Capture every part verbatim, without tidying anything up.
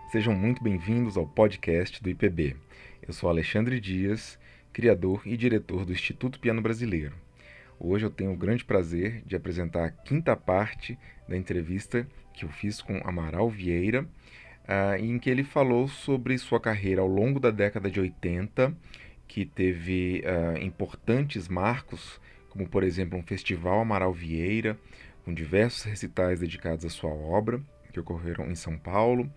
Sejam muito bem-vindos ao podcast do I P B. Eu sou Alexandre Dias, criador e diretor do Instituto Piano Brasileiro. Hoje eu tenho o grande prazer de apresentar a quinta parte da entrevista que eu fiz com Amaral Vieira, uh, em que ele falou sobre sua carreira ao longo da década de oitenta, que teve uh, importantes marcos, como por exemplo um festival Amaral Vieira, com diversos recitais dedicados à sua obra, que ocorreram em São Paulo,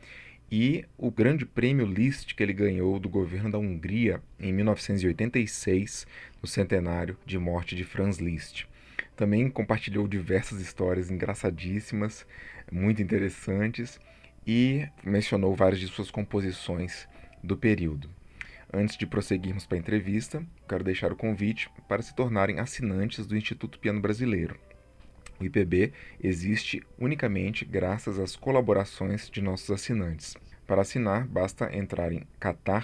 e o grande prêmio Liszt que ele ganhou do governo da Hungria em mil novecentos e oitenta e seis, no centenário de morte de Franz Liszt. Também compartilhou diversas histórias engraçadíssimas, muito interessantes, e mencionou várias de suas composições do período. Antes de prosseguirmos para a entrevista, quero deixar o convite para se tornarem assinantes do Instituto Piano Brasileiro. O I P B existe unicamente graças às colaborações de nossos assinantes. Para assinar, basta entrar em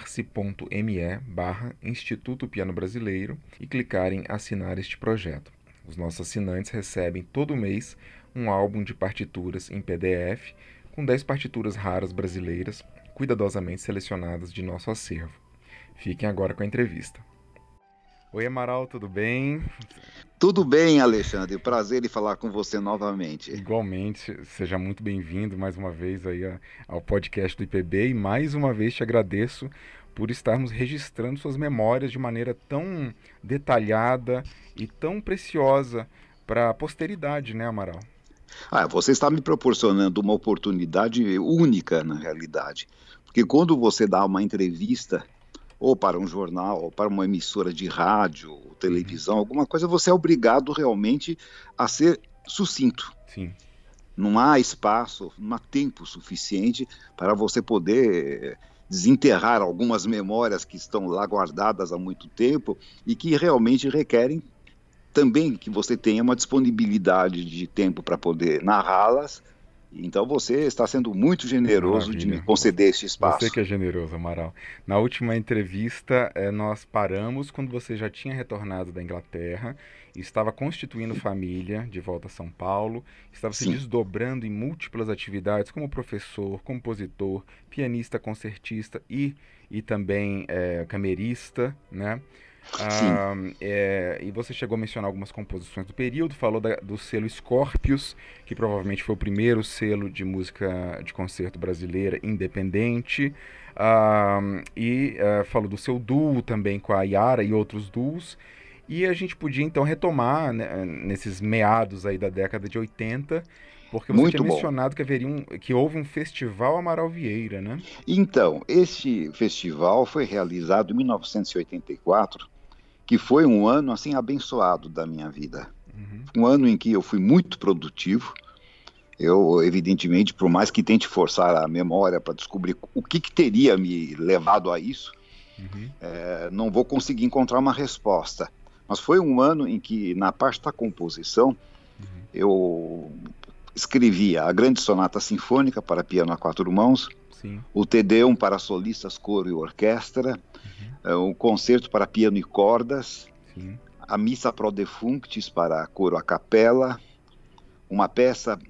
catarse.me barra Instituto Piano Brasileiro e clicar em assinar este projeto. Os nossos assinantes recebem todo mês um álbum de partituras em P D F com dez partituras raras brasileiras, cuidadosamente selecionadas de nosso acervo. Fiquem agora com a entrevista. Oi, Amaral, tudo bem? Tudo bem, Alexandre. Prazer em falar com você novamente. Igualmente, seja muito bem-vindo mais uma vez aí ao podcast do I P B e mais uma vez te agradeço por estarmos registrando suas memórias de maneira tão detalhada e tão preciosa para a posteridade, né, Amaral? Ah, você está me proporcionando uma oportunidade única, na realidade, porque quando você dá uma entrevista ou para um jornal, ou para uma emissora de rádio, ou televisão, uhum. alguma coisa, você é obrigado realmente a ser sucinto. Sim. Não há espaço, não há tempo suficiente para você poder desenterrar algumas memórias que estão lá guardadas há muito tempo e que realmente requerem também que você tenha uma disponibilidade de tempo para poder narrá-las. Então você está sendo muito generoso Maravilha. de me conceder este espaço. Você que é generoso, Amaral. Na última entrevista, eh, nós paramos quando você já tinha retornado da Inglaterra, estava constituindo família de volta a São Paulo, estava Sim. se desdobrando em múltiplas atividades como professor, compositor, pianista, concertista e, e também eh, camerista, né? Ah, é, e você chegou a mencionar algumas composições do período, falou da, do selo Scorpius, que provavelmente foi o primeiro selo de música de concerto brasileira independente, ah, e ah, falou do seu duo também com a Yara e outros duos, e a gente podia então retomar, né, nesses meados aí da década de oitenta, porque você Muito tinha bom. mencionado que, haveria um, que houve um festival Amaral Vieira, né? Então, este festival foi realizado em mil novecentos e oitenta e quatro, que foi um ano assim abençoado da minha vida. Uhum. Um ano em que eu fui muito produtivo. Eu, evidentemente, por mais que tente forçar a memória para descobrir o que, que teria me levado a isso, uhum. é, não vou conseguir encontrar uma resposta. Mas foi um ano em que, na parte da composição, uhum. eu escrevia a Grande Sonata Sinfônica para piano a quatro mãos, Sim. o Te Deum para solistas, coro e orquestra, uhum. o Concerto para piano e cordas, Sim. a Missa Pro Defunctis para coro a capela, uma peça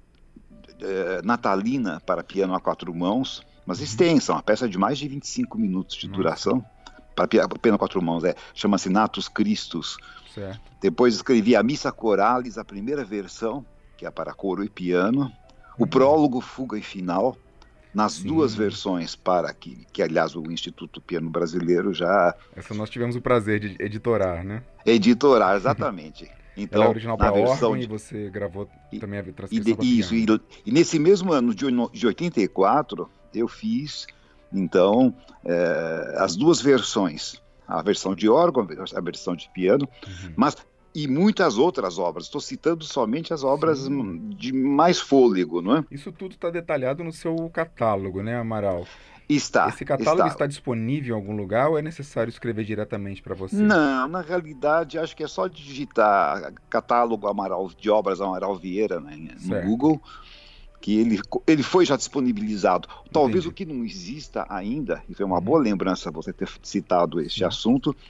eh, natalina para piano a quatro mãos, mas uhum. extensa, uma peça de mais de vinte e cinco minutos de Nossa. duração, para piano a quatro mãos, é, chama-se Natus Christus. Certo. Depois escrevi a Missa Choralis, a primeira versão, que é para coro e piano, o prólogo, fuga e final, nas Sim. duas versões, para que, que, aliás, o Instituto Piano Brasileiro já... Essa nós tivemos o prazer de editorar, né? Editorar, exatamente. Então, ela é original para órgão de... e você gravou e, também a transcrição para Isso, e, e nesse mesmo ano de, de oitenta e quatro, eu fiz, então, é, as duas versões, a versão de órgão, a versão de piano, uhum. mas... e muitas outras obras. Estou citando somente as obras Sim. de mais fôlego, não é? Isso tudo está detalhado no seu catálogo, né, Amaral? Está. Esse catálogo está. está disponível em algum lugar ou é necessário escrever diretamente para você? Não, na realidade, acho que é só digitar catálogo Amaral, de obras Amaral Vieira, né, no certo. Google, que ele, ele foi já disponibilizado. Talvez Entendi. O que não exista ainda, e foi uma boa lembrança você ter citado este Sim. assunto,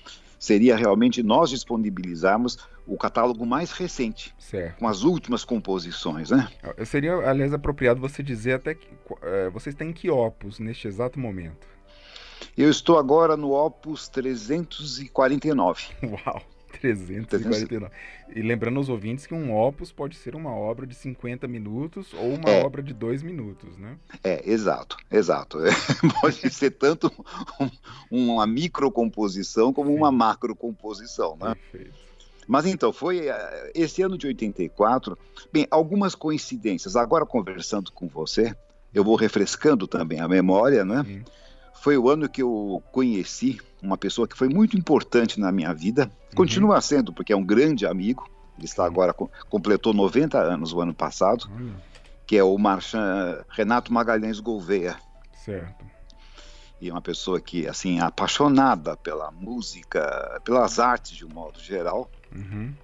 seria realmente nós disponibilizarmos o catálogo mais recente, certo, com as últimas composições, né? Seria, aliás, apropriado você dizer até que é, vocês têm que opus neste exato momento? Eu estou agora no opus trezentos e quarenta e nove. Uau! trezentos e quarenta e nove. E lembrando aos ouvintes que um opus pode ser uma obra de cinquenta minutos ou uma é, obra de dois minutos, né? É, exato, exato. Pode ser tanto um, uma microcomposição como Sim. uma macrocomposição, né? Perfeito. Mas então, foi esse ano de oitenta e quatro, bem, algumas coincidências. Agora, conversando com você, eu vou refrescando também a memória, né? Sim. Foi o ano que eu conheci uma pessoa que foi muito importante na minha vida, uhum. continua sendo, porque é um grande amigo, ele está agora, completou noventa anos o ano passado, uhum. que é o marchand Renato Magalhães Gouveia. Certo. E é uma pessoa que, assim, apaixonada pela música, pelas artes de um modo geral, uhum.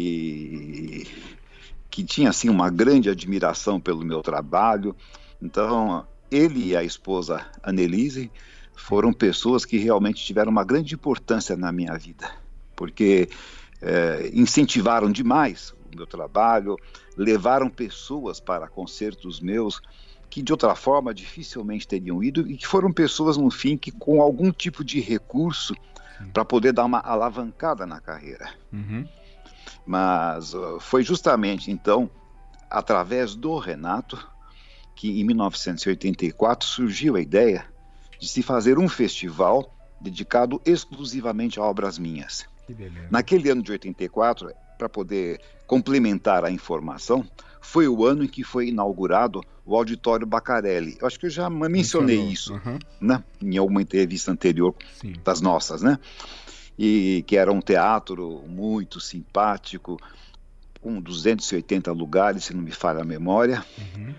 e que tinha, assim, uma grande admiração pelo meu trabalho. Então, ele e a esposa Annelise foram pessoas que realmente tiveram uma grande importância na minha vida, porque é, incentivaram demais o meu trabalho, levaram pessoas para concertos meus que de outra forma dificilmente teriam ido e que foram pessoas, no fim, que com algum tipo de recurso para poder dar uma alavancada na carreira. Uhum. Mas uh, foi justamente, então, através do Renato, que em mil novecentos e oitenta e quatro surgiu a ideia de se fazer um festival dedicado exclusivamente a obras minhas. Que beleza. Naquele ano de oitenta e quatro, para poder complementar a informação, foi o ano em que foi inaugurado o Auditório Baccarelli. Eu acho que eu já mencionei Mencionou. isso, uhum. né, em alguma entrevista anterior Sim. das nossas, né? E que era um teatro muito simpático, com duzentos e oitenta lugares, se não me falha a memória. Uhum.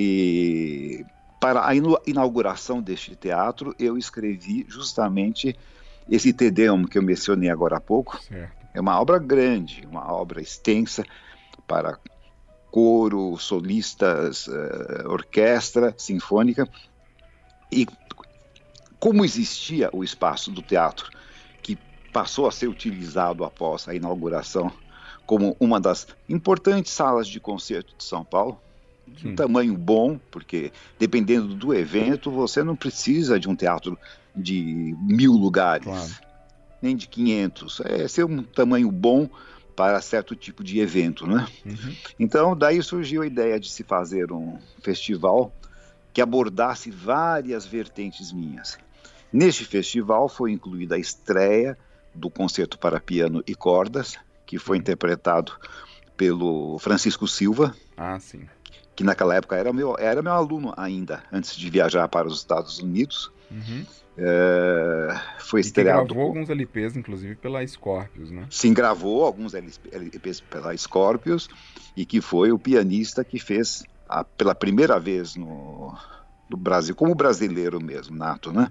E para a inauguração deste teatro, eu escrevi justamente esse Te Deum que eu mencionei agora há pouco. Certo. É uma obra grande, uma obra extensa para coro, solistas, uh, orquestra sinfônica. E como existia o espaço do teatro, que passou a ser utilizado após a inauguração como uma das importantes salas de concerto de São Paulo, de um tamanho bom, porque dependendo do evento, você não precisa de um teatro de mil lugares, claro. nem de quinhentos. É ser um tamanho bom para certo tipo de evento, né? Uhum. Então, daí surgiu a ideia de se fazer um festival que abordasse várias vertentes minhas. Neste festival foi incluída a estreia do Concerto para Piano e Cordas, que foi interpretado pelo Francisco Silva, ah, sim. que naquela época era meu, era meu aluno ainda, antes de viajar para os Estados Unidos. Uhum. É, foi estreado. E que gravou alguns L Ps, inclusive, pela Scorpius, né? Sim, gravou alguns L Ps pela Scorpius, e que foi o pianista que fez a, pela primeira vez no, no Brasil, como brasileiro mesmo, nato, né?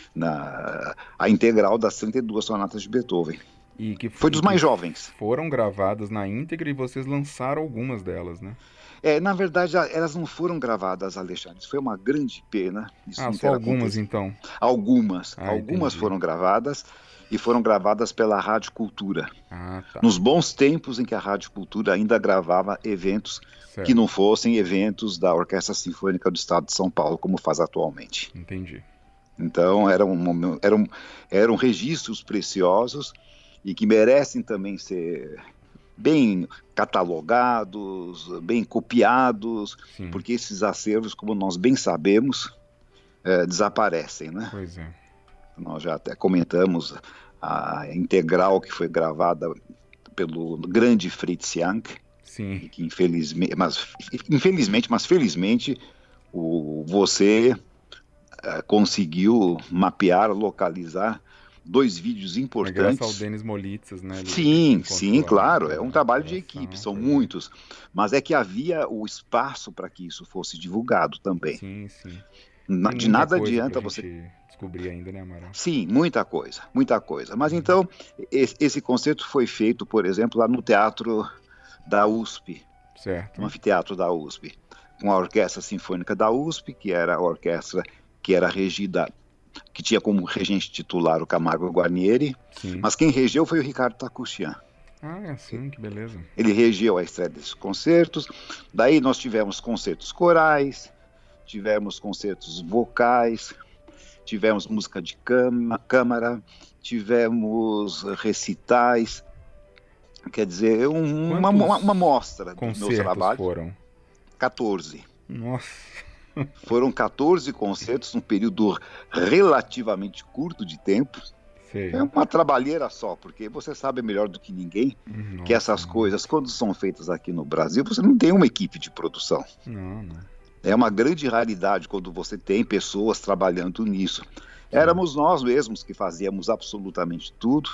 Na, a integral das trinta e duas sonatas de Beethoven. E que, foi dos e mais jovens. Foram gravadas na íntegra e vocês lançaram algumas delas, né? É, na verdade, elas não foram gravadas, Alexandre. Isso foi uma grande pena. Isso ah, só algumas, então? Algumas. Ah, algumas entendi. foram gravadas e foram gravadas pela Rádio Cultura. Ah, tá. Nos bons tempos em que a Rádio Cultura ainda gravava eventos certo. que não fossem eventos da Orquestra Sinfônica do Estado de São Paulo, como faz atualmente. Entendi. Então, eram, eram, eram registros preciosos e que merecem também ser bem catalogados, bem copiados, Sim. porque esses acervos, como nós bem sabemos, é, desaparecem, né? Pois é. Nós já até comentamos a integral que foi gravada pelo grande Fritz Young, Sim. que infelizmente, mas, infelizmente, mas felizmente, o, você é, conseguiu mapear, localizar dois vídeos importantes. É graças ao Denis Molitsas, né? Ele sim, sim, claro, é um trabalho de equipe, são muitos, mas é que havia o espaço para que isso fosse divulgado também. Sim, sim. Na, de nada adianta você descobrir ainda, né, Amaral? Sim, muita coisa, muita coisa. Mas uhum. então, esse, esse concerto foi feito, por exemplo, lá no Teatro da U S P, certo. no Anfiteatro da U S P, com a Orquestra Sinfônica da U S P, que era a orquestra que era regida que tinha como regente titular o Camargo Guarnieri, Sim. mas quem regeu foi o Ricardo Takuchian. Ah, é assim, que beleza. Ele regeu a estreia desses concertos. Daí nós tivemos concertos corais, tivemos concertos vocais, tivemos música de cama, câmara, tivemos recitais. Quer dizer, um, uma, uma, uma mostra do meu trabalho. Foram? quatorze. Nossa. Foram quatorze concertos num período relativamente curto de tempo. Sei. É uma trabalheira só, porque você sabe melhor do que ninguém Nossa, que essas coisas, quando são feitas aqui no Brasil, você não tem uma equipe de produção. Não, não. É uma grande raridade quando você tem pessoas trabalhando nisso. Éramos nós mesmos que fazíamos absolutamente tudo,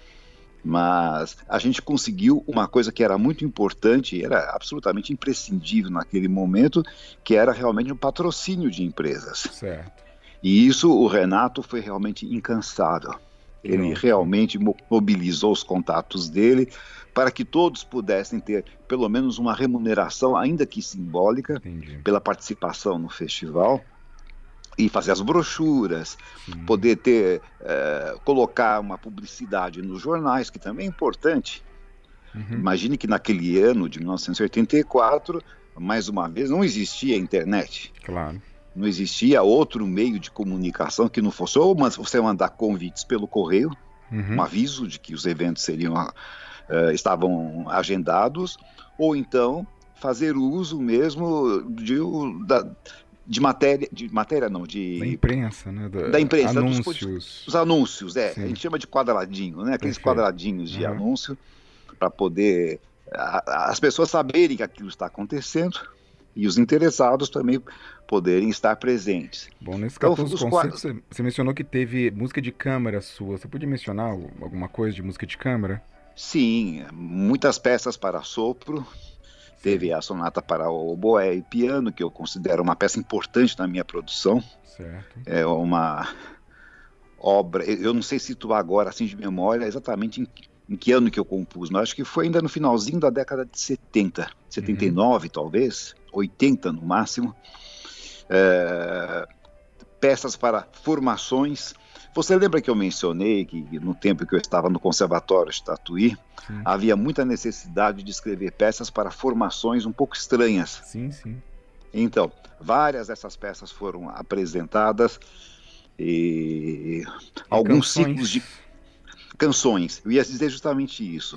mas a gente conseguiu uma coisa que era muito importante, era absolutamente imprescindível naquele momento, que era realmente um patrocínio de empresas. Certo. E isso o Renato foi realmente incansável. Ele Nossa. realmente mobilizou os contatos dele para que todos pudessem ter pelo menos uma remuneração, ainda que simbólica, Entendi. pela participação no festival e fazer as brochuras, Sim. poder ter, é, colocar uma publicidade nos jornais, que também é importante. Uhum. Imagine que naquele ano de mil novecentos e oitenta e quatro, mais uma vez, não existia internet. Claro. Não existia outro meio de comunicação que não fosse ou você mandar convites pelo correio, uhum. um aviso de que os eventos seriam, uh, estavam agendados, ou então fazer uso mesmo de, da, de matéria, de matéria não, de... Da imprensa, né? Da, da imprensa. Anúncios. Dos, os anúncios, é. Sim. A gente chama de quadradinho, né? Aqueles Perfeito. quadradinhos de uhum. anúncio, para poder a, as pessoas saberem que aquilo está acontecendo e os interessados também poderem estar presentes. Bom, nesses quatorze então, concertos, quadros... você mencionou que teve música de câmara sua. Você podia mencionar alguma coisa de música de câmara? Sim, muitas peças para sopro. Sim. Teve a sonata para oboé e piano, que eu considero uma peça importante na minha produção. Certo. É uma obra, eu não sei situar agora, assim de memória, exatamente em, em que ano que eu compus, mas acho que foi ainda no finalzinho da década de setenta, setenta e nove uhum. talvez, oitenta no máximo. É, peças para formações. Você lembra que eu mencionei que no tempo que eu estava no Conservatório de Tatuí, sim. havia muita necessidade de escrever peças para formações um pouco estranhas. Sim, sim. Então, várias dessas peças foram apresentadas e, e alguns canções. ciclos de canções. Eu ia dizer justamente isso.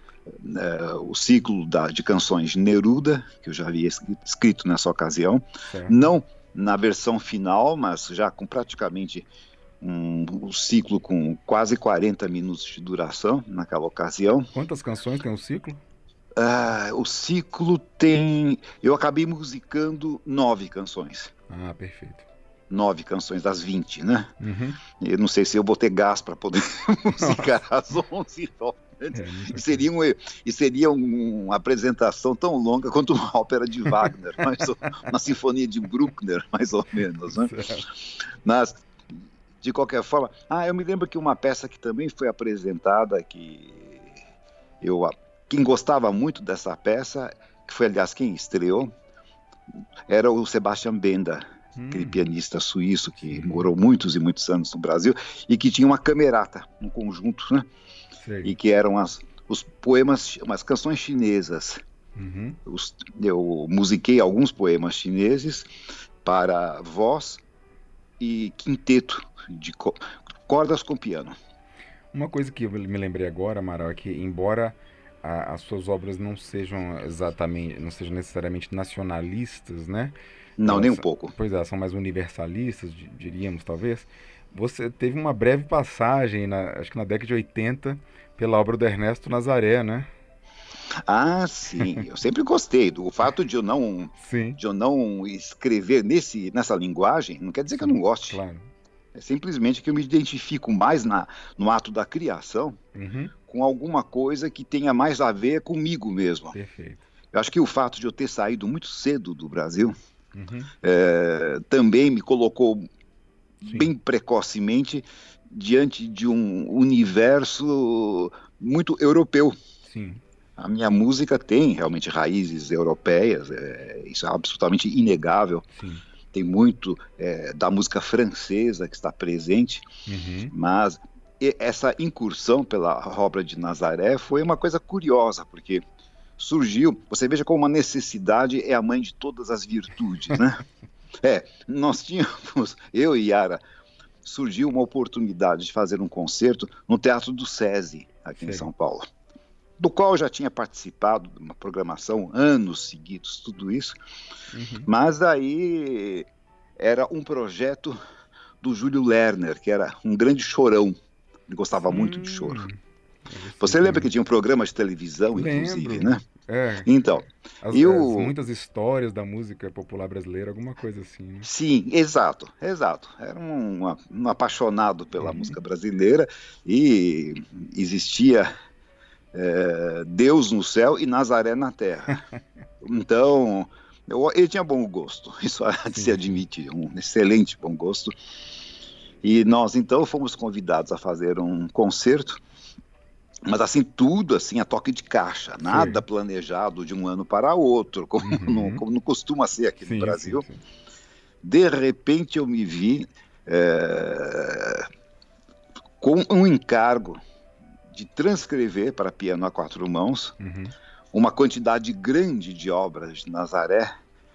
Uh, o ciclo da, de canções de Neruda, que eu já havia escrito nessa ocasião, certo. Não na versão final, mas já com praticamente um, um ciclo com quase quarenta minutos de duração naquela ocasião. Quantas canções tem o ciclo? Uh, o ciclo tem... Eu acabei musicando nove canções. Ah, perfeito. Nove canções das vinte, né? Uhum. Eu não sei se eu vou ter gás para poder musicar as onze, é, e seria, um, e seria um, uma apresentação tão longa quanto uma ópera de Wagner, mais ou, uma sinfonia de Bruckner, mais ou menos, né? Mas, de qualquer forma... Ah, eu me lembro que uma peça que também foi apresentada, que eu, quem gostava muito dessa peça, que foi, aliás, quem estreou, era o Sebastian Benda, hum. aquele pianista suíço que Sim. morou muitos e muitos anos no Brasil, e que tinha uma camerata, um conjunto, né? Sim. E que eram as, os poemas, as canções chinesas. Uhum. Os, eu musiquei alguns poemas chineses para voz e quinteto de co- cordas com piano. Uma coisa que eu me lembrei agora, Amaral, é que embora a, as suas obras não sejam exatamente, não sejam necessariamente nacionalistas, né? Não, elas, nem um pouco. Pois é, são mais universalistas, diríamos, talvez. Você teve uma breve passagem, na, acho que na década de oitenta, pela obra do Ernesto Nazaré, né? Ah, sim. Eu sempre gostei. Do fato de eu não, sim. de eu não escrever nesse, nessa linguagem, não quer dizer sim, que eu não goste. Claro. É simplesmente que eu me identifico mais na, no ato da criação uhum. com alguma coisa que tenha mais a ver comigo mesmo. Perfeito. Eu acho que o fato de eu ter saído muito cedo do Brasil uhum. é, também me colocou Sim. bem precocemente diante de um universo muito europeu. Sim. A minha música tem realmente raízes europeias, é, isso é absolutamente inegável. Sim. tem muito é, da música francesa que está presente, uhum. mas essa incursão pela obra de Nazaré foi uma coisa curiosa, porque surgiu, você veja como uma necessidade é a mãe de todas as virtudes, né? É, nós tínhamos, eu e Yara, surgiu uma oportunidade de fazer um concerto no Teatro do SESI, aqui Sim. em São Paulo, do qual eu já tinha participado de uma programação, anos seguidos, tudo isso, uhum. mas aí era um projeto do Júlio Lerner, que era um grande chorão, ele gostava hum. muito de choro. Você lembra que tinha um programa de televisão, Lembro. inclusive, né? É. Então, as, eu... as muitas histórias da música popular brasileira, alguma coisa assim, né? Sim, exato, exato. Era um, um apaixonado pela uhum. música brasileira e existia é, Deus no céu e Nazaré na terra. Então, eu, ele tinha bom gosto, isso há de se admitir, um excelente bom gosto. E nós, então, fomos convidados a fazer um concerto, mas assim, tudo assim, a toque de caixa, nada sim. planejado de um ano para outro, como, uhum. não, como não costuma ser aqui sim, no Brasil. Sim, sim. De repente eu me vi é, com um encargo de transcrever para piano a quatro mãos uhum. uma quantidade grande de obras de Nazaré,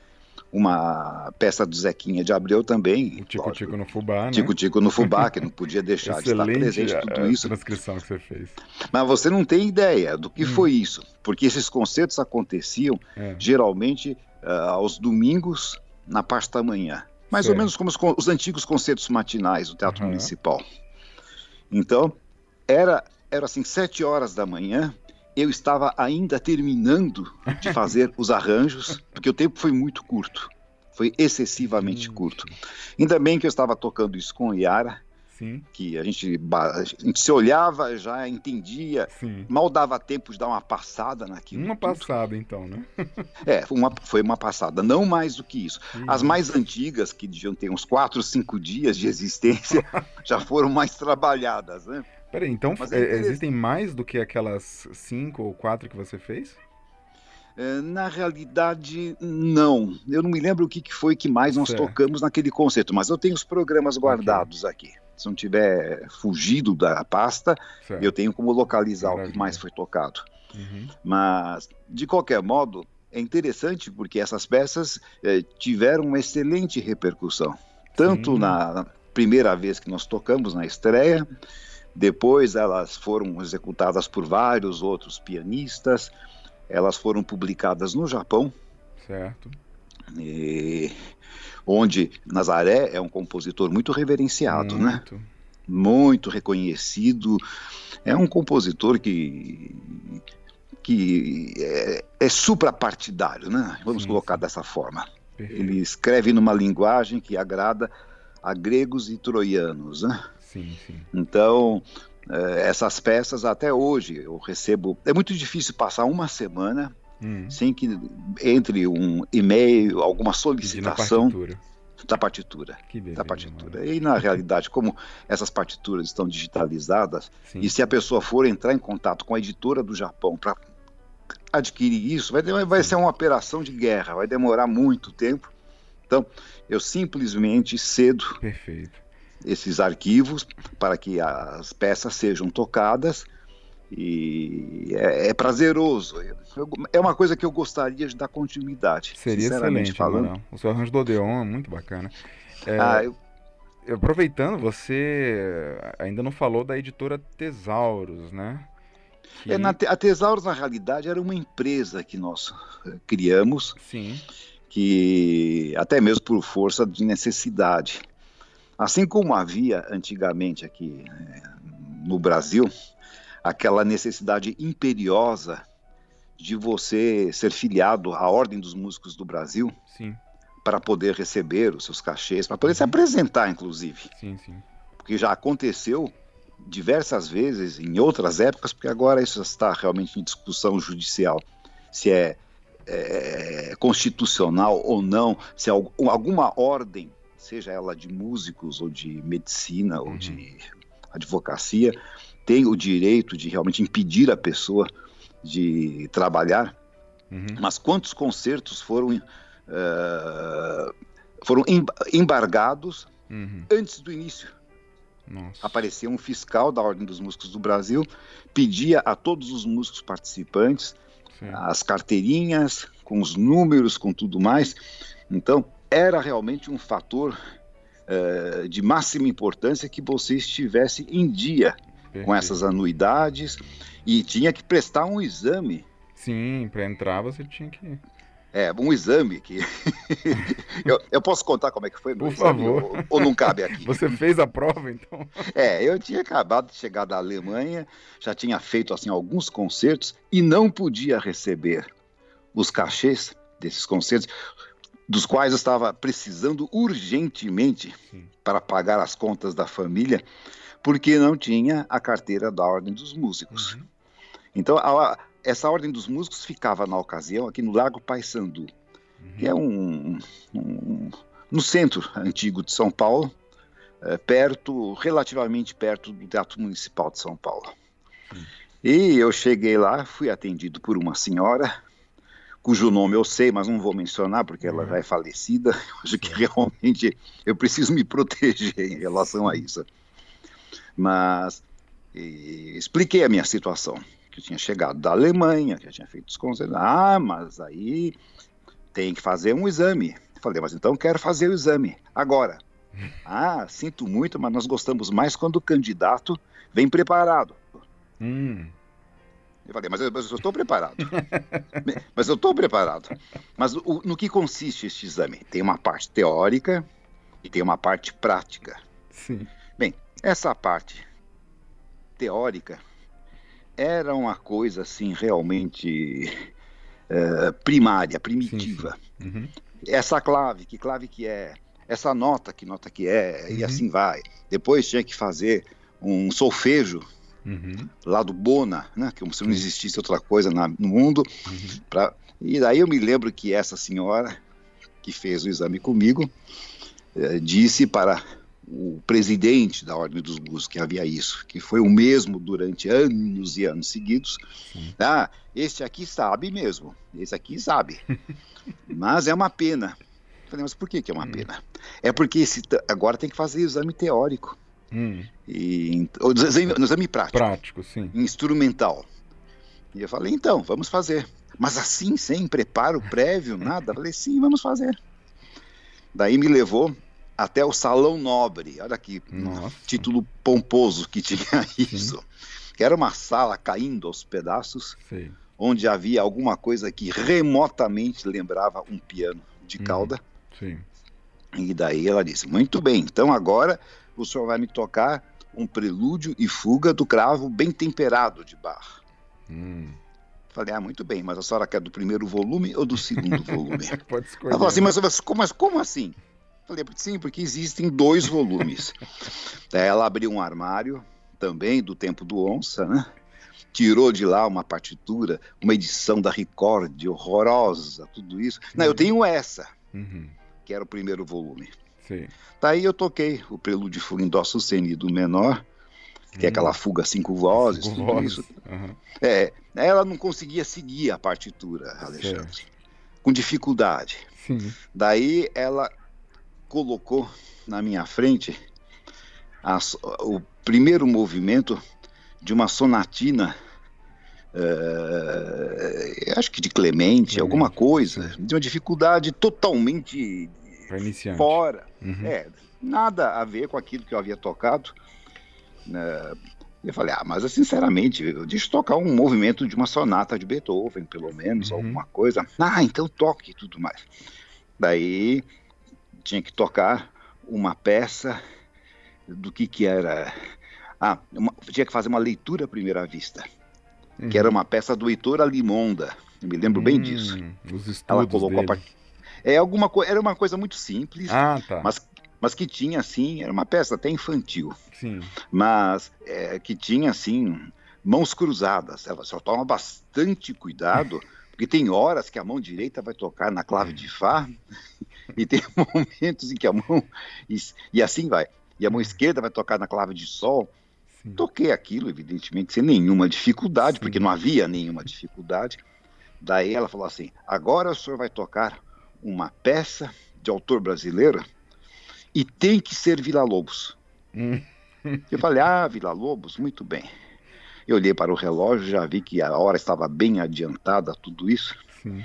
uma peça do Zequinha de Abreu também. O Tico-Tico no Fubá, né? Tico-Tico no Fubá, que não podia deixar de estar presente tudo isso. A transcrição que você fez. Mas você não tem ideia do que hum. foi isso, porque esses concertos aconteciam é. geralmente uh, aos domingos, na parte da manhã. Mais certo. ou menos como os, os antigos concertos matinais do Teatro uhum. Municipal. Então, era, era assim, sete horas da manhã, eu estava ainda terminando de fazer os arranjos, porque o tempo foi muito curto, foi excessivamente Sim. curto. Ainda bem que eu estava tocando isso com Yara, Sim. que a gente, a gente se olhava, já entendia, Sim. mal dava tempo de dar uma passada naquilo. Uma tudo. passada então, né? É, uma, foi uma passada, não mais do que isso. Sim. As mais antigas, que deviam ter uns quatro, cinco dias de existência, já foram mais trabalhadas, né? Peraí, então é, existem mais do que aquelas cinco ou quatro que você fez? É, na realidade, não. Eu não me lembro o que, que foi que mais nós certo. tocamos naquele concerto, mas eu tenho os programas guardados okay. aqui. Se não tiver fugido da pasta, certo. eu tenho como localizar Maravilha. o que mais foi tocado. Uhum. Mas, de qualquer modo, é interessante porque essas peças é, tiveram uma excelente repercussão. Tanto Sim. na primeira vez que nós tocamos, na estreia, depois elas foram executadas por vários outros pianistas, elas foram publicadas no Japão, certo. E, onde Nazaré é um compositor muito reverenciado, muito. né? Muito reconhecido, é um compositor que, que é, é suprapartidário, né? Vamos sim, colocar sim. dessa forma. Perfeito. Ele escreve numa linguagem que agrada a gregos e troianos, né? Sim, sim. Então, eh, essas peças até hoje eu recebo... É muito difícil passar uma semana hum. sem que entre um e-mail, alguma solicitação partitura. da partitura. Que beleza, da partitura. Mano. E na realidade, como essas partituras estão digitalizadas, sim. e se a pessoa for entrar em contato com a editora do Japão para adquirir isso, vai, vai ser uma operação de guerra, vai demorar muito tempo. Então, eu simplesmente cedo... Perfeito. esses arquivos para que as peças sejam tocadas e é, é prazeroso. É uma coisa que eu gostaria de dar continuidade. Seria excelente, falando. O seu arranjo do Odeon é muito bacana. É, ah, eu... Aproveitando, você ainda não falou da editora Tesauros, né? Que... É, na, a Tesauros, na realidade, era uma empresa que nós criamos, Sim. que até mesmo por força de necessidade. Assim como havia antigamente aqui é, no Brasil, aquela necessidade imperiosa de você ser filiado à Ordem dos Músicos do Brasil, sim. para poder receber os seus cachês, para poder se apresentar, inclusive. Sim, sim. Porque já aconteceu diversas vezes em outras épocas, porque agora isso está realmente em discussão judicial, se é, é constitucional ou não, se é alguma ordem, seja ela de músicos ou de medicina ou uhum. de advocacia, tem o direito de realmente impedir a pessoa de trabalhar. Uhum. Mas quantos concertos foram uh, foram embargados uhum. antes do início. Nossa. Apareceu um fiscal da Ordem dos Músicos do Brasil, pedia a todos os músicos participantes Sim. as carteirinhas, com os números, com tudo mais. Então, era realmente um fator uh, de máxima importância que você estivesse em dia Perfeito. Com essas anuidades e tinha que prestar um exame. Sim, para entrar você tinha que... É, um exame que... eu, eu posso contar como é que foi? Por favor. Ou, ou não cabe aqui? Você fez a prova, então? É, eu tinha acabado de chegar da Alemanha, já tinha feito assim, alguns concertos e não podia receber os cachês desses concertos, dos quais eu estava precisando urgentemente Sim. para pagar as contas da família, porque não tinha a carteira da Ordem dos Músicos. Uhum. Então, a, essa Ordem dos Músicos ficava, na ocasião, aqui no Largo Paissandu, uhum. que é um, um... no centro antigo de São Paulo, é, perto, relativamente perto do Teatro Municipal de São Paulo. Uhum. E eu cheguei lá, fui atendido por uma senhora, cujo nome eu sei, mas não vou mencionar, porque ela já é falecida. Eu acho que realmente eu preciso me proteger em relação a isso. Mas e, expliquei a minha situação, que eu tinha chegado da Alemanha, que eu tinha feito os conselhos. Ah, mas aí tem que fazer um exame. Falei, mas então quero fazer o exame agora. Ah, sinto muito, mas nós gostamos mais quando o candidato vem preparado. Hum. Eu falei, mas eu, mas eu estou preparado. mas eu estou preparado. Mas o, no que consiste este exame? Tem uma parte teórica e tem uma parte prática. Sim. Bem, essa parte teórica era uma coisa assim realmente é, primária, primitiva. Sim, sim. Uhum. Essa clave, que clave que é? Essa nota, que nota que é? Uhum. E assim vai. Depois tinha que fazer um solfejo. Uhum. Lá do Bona, né, como se não existisse outra coisa na, no mundo. Uhum. Pra, e daí eu me lembro que essa senhora que fez o exame comigo eh, disse para o presidente da Ordem dos Músicos que havia isso, que foi o mesmo durante anos e anos seguidos. Sim. Ah, esse aqui sabe mesmo, esse aqui sabe, mas é uma pena. Eu falei, mas por que, que é uma hum. pena? É porque esse, agora tem que fazer exame teórico. Hum. E, o exame, o exame prático, prático sim. instrumental. E eu falei, então, vamos fazer. Mas assim, sem preparo prévio, nada. Eu falei, sim, vamos fazer. Daí me levou até o Salão Nobre. Olha que um título pomposo que tinha isso. Sim. Que era uma sala caindo aos pedaços, sim. onde havia alguma coisa que remotamente lembrava um piano de cauda. Sim. E daí ela disse, muito bem, então agora o senhor vai me tocar um prelúdio e fuga do cravo bem temperado de Bach. Hum. Falei, ah, muito bem, mas a senhora quer do primeiro volume ou do segundo volume? Pode escolher. Ela falou assim, mas, mas, como, mas como assim? Falei, sim, porque existem dois volumes. Daí ela abriu um armário, também do tempo do Onça, né? Tirou de lá uma partitura, uma edição da Record, horrorosa, tudo isso. Não, uhum. eu tenho essa, uhum. que era o primeiro volume. Sim. Daí eu toquei o prelúdio e fuga em dó sustenido menor, que hum. é aquela fuga cinco vozes, cinco tudo vozes. Isso. Uhum. É, ela não conseguia seguir a partitura, Alexandre, certo. com dificuldade. Sim. Daí ela colocou na minha frente a, o primeiro movimento de uma sonatina, uh, acho que de Clemente, Clemente, alguma coisa, sim. de uma dificuldade totalmente fora, uhum. é, nada a ver com aquilo que eu havia tocado. Uh, eu falei, ah, mas sinceramente, deixa eu tocar um movimento de uma sonata de Beethoven, pelo menos, uhum. alguma coisa. Ah, então toque e tudo mais. Daí tinha que tocar uma peça do que que era... Ah, uma, tinha que fazer uma leitura à primeira vista, uhum. que era uma peça do Heitor Alimonda, eu me lembro hum, bem disso. Os estudos Ela colocou dele. A... É alguma co... Era uma coisa muito simples, ah, tá. mas, mas que tinha, assim, era uma peça até infantil, sim. mas é, que tinha, assim, mãos cruzadas. Ela só toma bastante cuidado, porque tem horas que a mão direita vai tocar na clave de Fá, e tem momentos em que a mão... E, e assim vai. E a mão esquerda vai tocar na clave de Sol. Sim. Toquei aquilo, evidentemente, sem nenhuma dificuldade, sim. porque não havia nenhuma dificuldade. Daí ela falou assim, agora o senhor vai tocar uma peça de autor brasileiro e tem que ser Villa-Lobos. Hum. Eu falei, ah, Villa-Lobos, muito bem. Eu olhei para o relógio, já vi que a hora estava bem adiantada, tudo isso. Sim.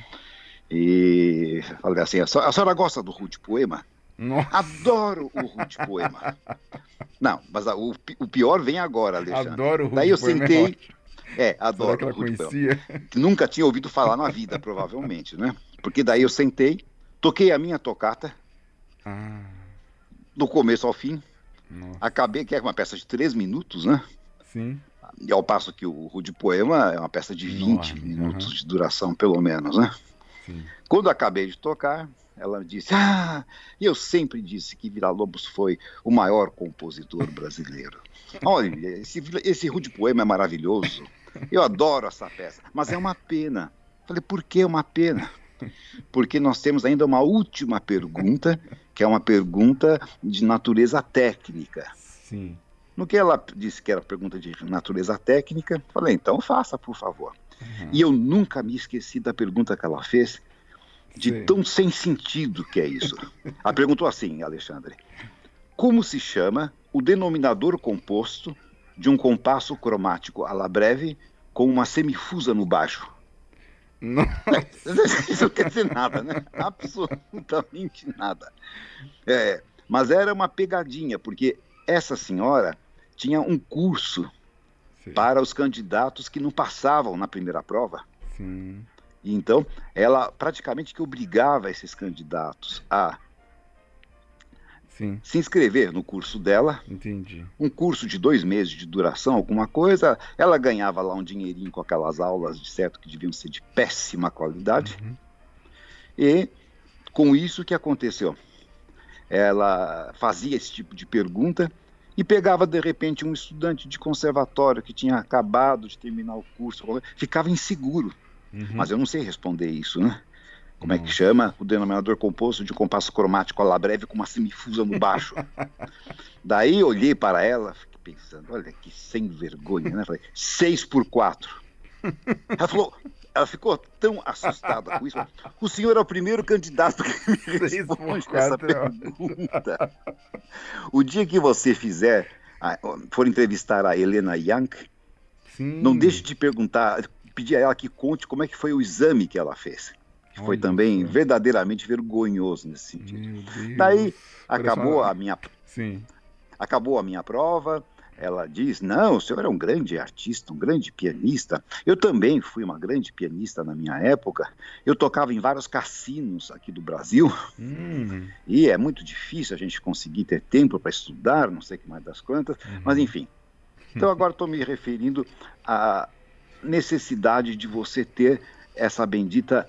E falei assim, a senhora, a senhora gosta do Rude Poema? Nossa. Adoro o Rude Poema. Não, mas a, o, o pior vem agora, Alexandre. Adoro o Rude Daí eu Poema. sentei... É, adoro. Será que ela o Rude conhecia? Poema. Nunca tinha ouvido falar na vida, provavelmente, né? Porque daí eu sentei, toquei a minha tocata, ah. do começo ao fim. Nossa. Acabei, que é uma peça de três minutos, né? Sim. E ao passo que o Rude Poema é uma peça de vinte Nossa. minutos uhum. de duração, pelo menos, né? Sim. Quando acabei de tocar, ela disse, ah, eu sempre disse que Villa-Lobos foi o maior compositor brasileiro. Olha, esse, esse Rude Poema é maravilhoso, eu adoro essa peça, mas é uma pena. Falei, por que uma pena? Porque nós temos ainda uma última pergunta, que é uma pergunta de natureza técnica. Sim. No que ela disse que era pergunta de natureza técnica, falei, então faça, por favor. Uhum. E eu nunca me esqueci da pergunta que ela fez, de Sim. tão sem sentido que é isso. Ela perguntou assim, Alexandre, como se chama o denominador composto de um compasso cromático à la breve com uma semifusa no baixo? Nossa. Isso não quer dizer nada, né? Absolutamente nada. É, mas era uma pegadinha, porque essa senhora tinha um curso Sim. para os candidatos que não passavam na primeira prova. Sim. E então, ela praticamente que obrigava esses candidatos a Sim. se inscrever no curso dela. Entendi. Um curso de dois meses de duração, alguma coisa. Ela ganhava lá um dinheirinho com aquelas aulas, de certo, que deviam ser de péssima qualidade. Uhum. E com isso, o que aconteceu? Ela fazia esse tipo de pergunta e pegava, de repente, um estudante de conservatório que tinha acabado de terminar o curso, ficava inseguro. Uhum. Mas eu não sei responder isso, né? Como Nossa. é que chama o denominador composto de compasso cromático à la breve com uma semifusa no baixo? Daí eu olhei para ela, fiquei pensando, olha que sem vergonha, né? Falei, seis por quatro. Ela falou, ela ficou tão assustada com isso. O senhor é o primeiro candidato que me responde essa pergunta. O dia que você fizer, for entrevistar a Helena Young, Sim. não deixe de perguntar, pedir a ela que conte como é que foi o exame que ela fez. Que foi Olha também isso. verdadeiramente vergonhoso nesse sentido. Daí acabou a minha, Sim. acabou a minha prova. Ela diz, não, o senhor é um grande artista, um grande pianista. Eu também fui uma grande pianista na minha época. Eu tocava em vários cassinos aqui do Brasil. Hum. E é muito difícil a gente conseguir ter tempo para estudar, não sei o que mais das quantas. Uhum. Mas enfim. Então agora estou me referindo à necessidade de você ter essa bendita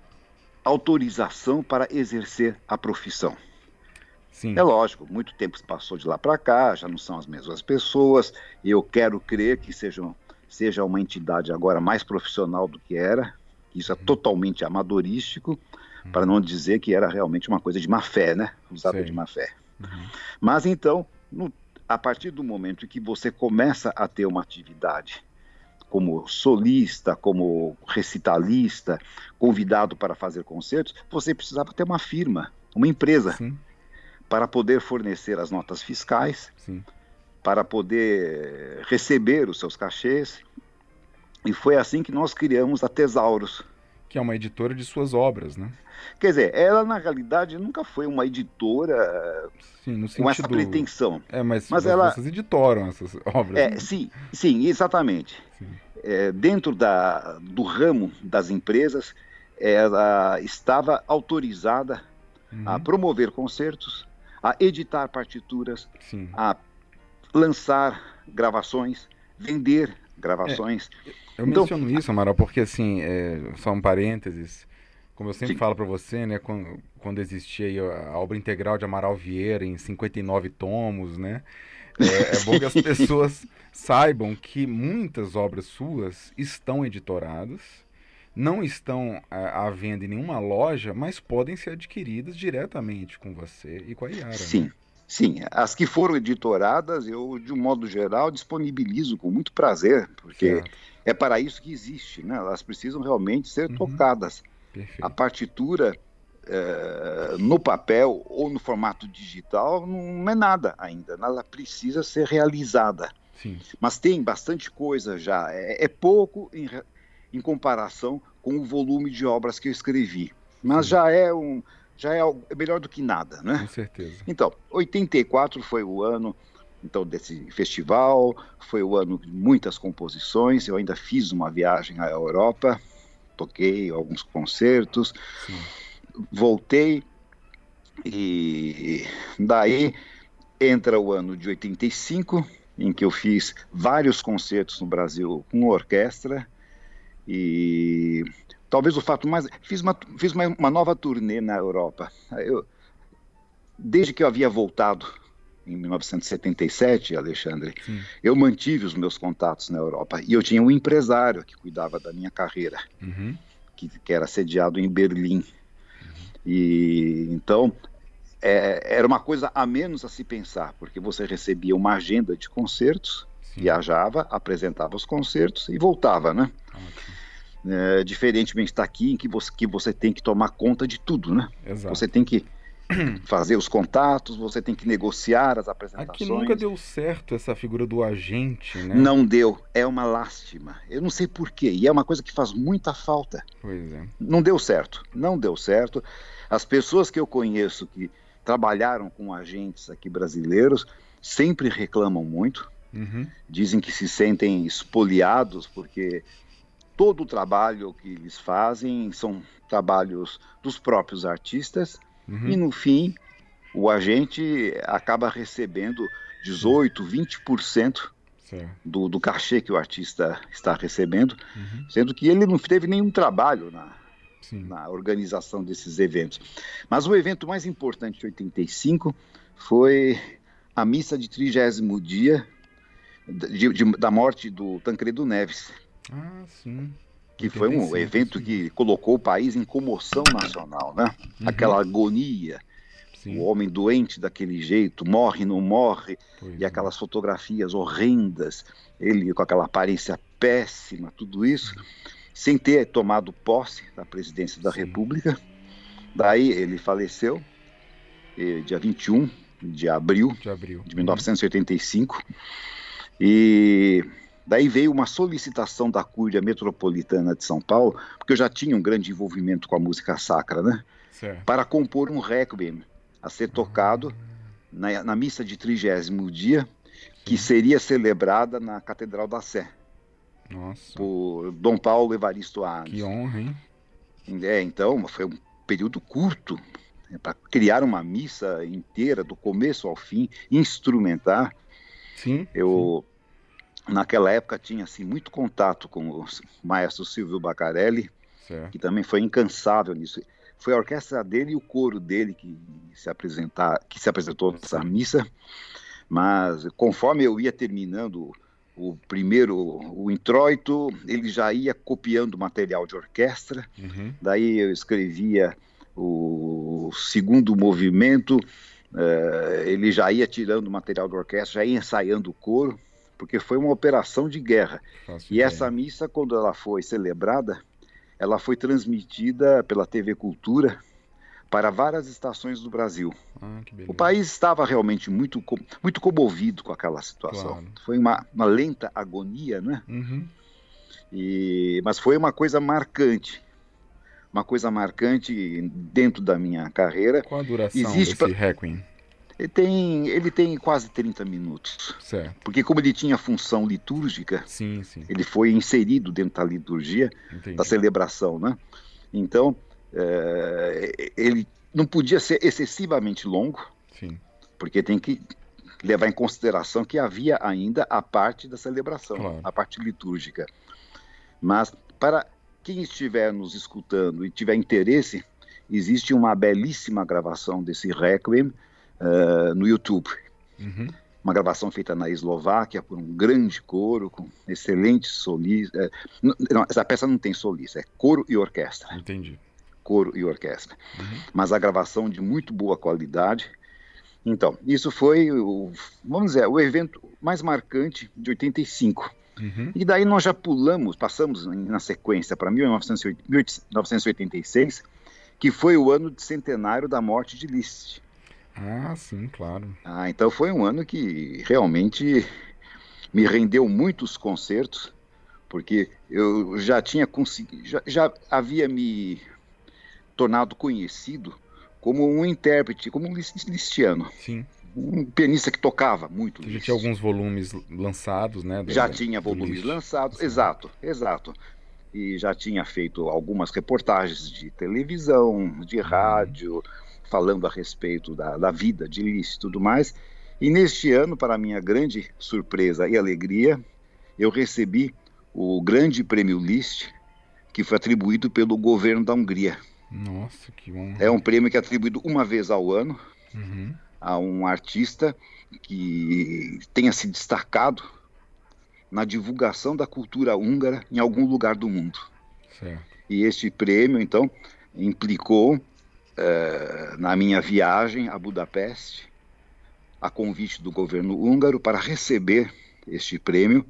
autorização para exercer a profissão. Sim. É lógico, muito tempo se passou de lá para cá, já não são as mesmas pessoas, e eu quero crer que seja, seja uma entidade agora mais profissional do que era, isso é uhum. totalmente amadorístico, uhum. para não dizer que era realmente uma coisa de má fé, né? Usada Sim. de má fé. Uhum. Mas então, no, a partir do momento em que você começa a ter uma atividade como solista, como recitalista, convidado para fazer concertos, você precisava ter uma firma, uma empresa. Sim. Para poder fornecer as notas fiscais, Sim. para poder receber os seus cachês. E foi assim que nós criamos a Tesauros. Que é uma editora de suas obras, né? Quer dizer, ela na realidade nunca foi uma editora sim, no com essa pretensão. É, mas, mas mas ela... vocês editoram essas obras. É, né? sim, sim, exatamente. Sim. É, dentro da, do ramo das empresas, ela estava autorizada uhum. a promover concertos, a editar partituras, Sim. a lançar gravações, vender gravações. É, eu então, menciono isso, Amaral, porque assim, é, só um parênteses, como eu sempre sim. falo para você, né, quando, quando existia aí a, a obra integral de Amaral Vieira em cinquenta e nove tomos, né, é, é bom que as pessoas saibam que muitas obras suas estão editoradas, não estão à venda em nenhuma loja, mas podem ser adquiridas diretamente com você e com a Iara. Sim, né? sim. As que foram editoradas, eu, de um modo geral, disponibilizo com muito prazer, porque certo. é para isso que existe, né? Elas precisam realmente ser uhum. tocadas. Perfeito. A partitura é, no papel ou no formato digital, não é nada ainda. Ela precisa ser realizada. Sim. Mas tem bastante coisa já. É, é pouco em, em comparação com o volume de obras que eu escrevi. Mas Sim. já é um... já é melhor do que nada, né? Com certeza. Então, oitenta e quatro foi o ano então, desse festival, foi o ano de muitas composições. Eu ainda fiz uma viagem à Europa, toquei alguns concertos, Sim. voltei, e daí entra o ano de oitenta e cinco, em que eu fiz vários concertos no Brasil com orquestra, e talvez o fato mais... Fiz uma, fiz uma, uma nova turnê na Europa. Eu, desde que eu havia voltado em mil novecentos e setenta e sete, Alexandre, Sim. eu mantive os meus contatos na Europa. E eu tinha um empresário que cuidava da minha carreira, uhum. que, que era sediado em Berlim. Uhum. E então é, era uma coisa a menos a se pensar, porque você recebia uma agenda de concertos, Sim. viajava, apresentava os concertos e voltava, né? É, diferentemente daqui, em que você, que você tem que tomar conta de tudo, né? Exato. Você tem que fazer os contatos, você tem que negociar as apresentações. Aqui nunca deu certo essa figura do agente, né? Não deu, é uma lástima. Eu não sei porquê, e é uma coisa que faz muita falta. Pois é. Não deu certo, não deu certo. As pessoas que eu conheço que trabalharam com agentes aqui brasileiros sempre reclamam muito, uhum. dizem que se sentem espoliados, porque todo o trabalho que eles fazem são trabalhos dos próprios artistas, uhum. e no fim o agente acaba recebendo dezoito, vinte por cento do, do cachê que o artista está recebendo, uhum. sendo que ele não teve nenhum trabalho na, na organização desses eventos. Mas o evento mais importante de oitenta e cinco foi a missa de trigésimo dia de, de, da morte do Tancredo Neves. Ah, sim. Que foi um evento sim. que colocou o país em comoção nacional, né? Uhum. Aquela agonia, sim. o homem doente daquele jeito, morre, não morre, pois e aquelas é. fotografias horrendas, ele com aquela aparência péssima, tudo isso, sim. sem ter tomado posse da presidência da sim. República. Daí ele faleceu, dia vinte e um de abril de, abril. de mil novecentos e oitenta e cinco, uhum. e... Daí veio uma solicitação da Cúria Metropolitana de São Paulo, porque eu já tinha um grande envolvimento com a música sacra, né? Certo. Para compor um requiem a ser tocado ah. na, na missa de trigésimo dia, que Sim. seria celebrada na Catedral da Sé. Nossa. Por Dom Paulo Evaristo Arnes. Que honra, hein? É, então, foi um período curto, né, para criar uma missa inteira, do começo ao fim, instrumentar. Sim. Eu... Sim. Naquela época tinha assim, muito contato com o maestro Silvio Baccarelli, certo. que também foi incansável nisso. Foi a orquestra dele e o coro dele que se, apresentar, que se apresentou nessa Sim. missa, mas conforme eu ia terminando o primeiro, o introito, ele já ia copiando material de orquestra, uhum. daí eu escrevia o segundo movimento, uh, ele já ia tirando o material da orquestra, já ia ensaiando o coro, porque foi uma operação de guerra. Faço e ideia. Essa missa, quando ela foi celebrada, ela foi transmitida pela T V Cultura para várias estações do Brasil. Ah, que beleza. O país estava realmente muito, muito comovido com aquela situação. Claro. Foi uma, uma lenta agonia, né? Uhum. E, mas foi uma coisa marcante. Uma coisa marcante dentro da minha carreira. Qual a duração Existe desse pra... requiem? Ele tem, ele tem quase trinta minutos. Certo. Porque como ele tinha função litúrgica, sim, sim. ele foi inserido dentro da liturgia Entendi. Da celebração, né? Então, é, ele não podia ser excessivamente longo, sim. porque tem que levar em consideração que havia ainda a parte da celebração, claro. A parte litúrgica. Mas, para quem estiver nos escutando e tiver interesse, existe uma belíssima gravação desse Requiem, Uh, no YouTube. Uhum. Uma gravação feita na Eslováquia por um grande coro, com excelentes solistas. Uh, não, essa peça não tem solista, é coro e orquestra. Entendi. Coro e orquestra. Uhum. Mas a gravação de muito boa qualidade. Então, isso foi, o, vamos dizer, o evento mais marcante de oitenta e cinco. Uhum. E daí nós já pulamos, passamos na sequência para mil novecentos e oitenta e seis, que foi o ano de centenário da morte de Liszt. Ah, sim, claro. Ah, então foi um ano que realmente me rendeu muitos concertos, porque eu já tinha conseguido, já, já havia me tornado conhecido como um intérprete, como um lisztiano. Sim. Um pianista que tocava muito. Você já tinha alguns volumes lançados, né? Já tinha volumes lançados, exato, exato. E já tinha feito algumas reportagens de televisão, de rádio, uhum. falando a respeito da, da vida de Liszt e tudo mais. E neste ano, para minha grande surpresa e alegria, eu recebi o grande prêmio Liszt, que foi atribuído pelo governo da Hungria. Nossa, que bom. É um prêmio que é atribuído uma vez ao ano, uhum. a um artista que tenha se destacado na divulgação da cultura húngara em algum lugar do mundo. Certo. E este prêmio, então, implicou, eh, na minha viagem a Budapeste, a convite do governo húngaro para receber este prêmio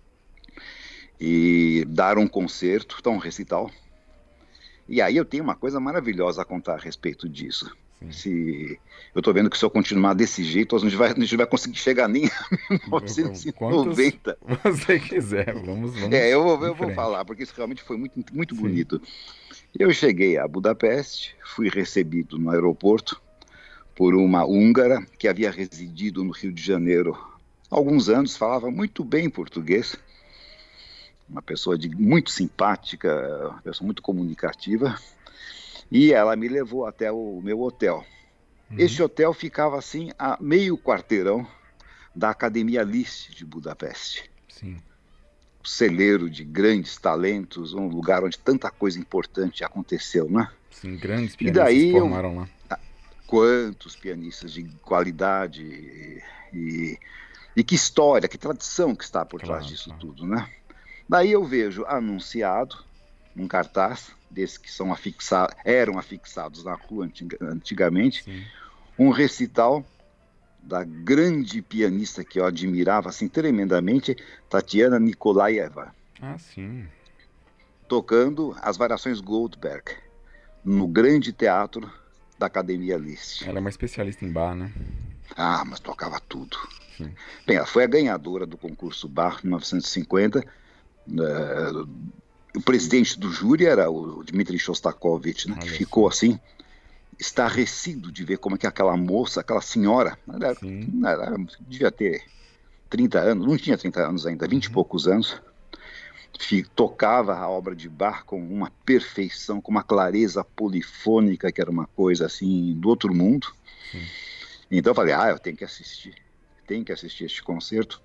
e dar um concerto, então um recital. E aí eu tenho uma coisa maravilhosa a contar a respeito disso. Se eu estou vendo que se eu continuar desse jeito, a gente vai, a gente vai conseguir chegar nem a mil novecentos e noventa. Quantos você quiser, vamos, vamos É, eu, eu vou falar, porque isso realmente foi muito, muito bonito. Eu cheguei a Budapeste, fui recebido no aeroporto por uma húngara que havia residido no Rio de Janeiro há alguns anos, falava muito bem português, uma pessoa de, muito simpática, uma pessoa muito comunicativa. E ela me levou até o meu hotel. Uhum. Este hotel ficava assim a meio quarteirão da Academia Liszt de Budapeste. Sim. O celeiro de grandes talentos, um lugar onde tanta coisa importante aconteceu, né? Sim, grandes pianistas e daí se formaram eu... lá. Quantos pianistas de qualidade e, e, e que história, que tradição que está por claro, trás disso claro. tudo, né? Daí eu vejo anunciado um cartaz desses que são afixados, eram afixados na rua antigamente, Sim. um recital da grande pianista que eu admirava assim tremendamente, Tatiana Nikolaeva. Ah, sim. Tocando as variações Goldberg no grande teatro da Academia Liszt. Ela é uma especialista em bar, né? Ah, mas tocava tudo. Sim. Bem, ela foi a ganhadora do concurso Bar em mil novecentos e cinquenta. Uh, O presidente do júri era o Dmitri Shostakovich, né, que ficou assim, estarrecido de ver como é que aquela moça, aquela senhora, ela, ela, ela devia ter trinta anos, não tinha trinta anos ainda, vinte uhum. e poucos anos, tocava a obra de Bach com uma perfeição, com uma clareza polifônica, que era uma coisa assim do outro mundo. Sim. Então eu falei, ah, eu tenho que assistir, tenho que assistir este concerto.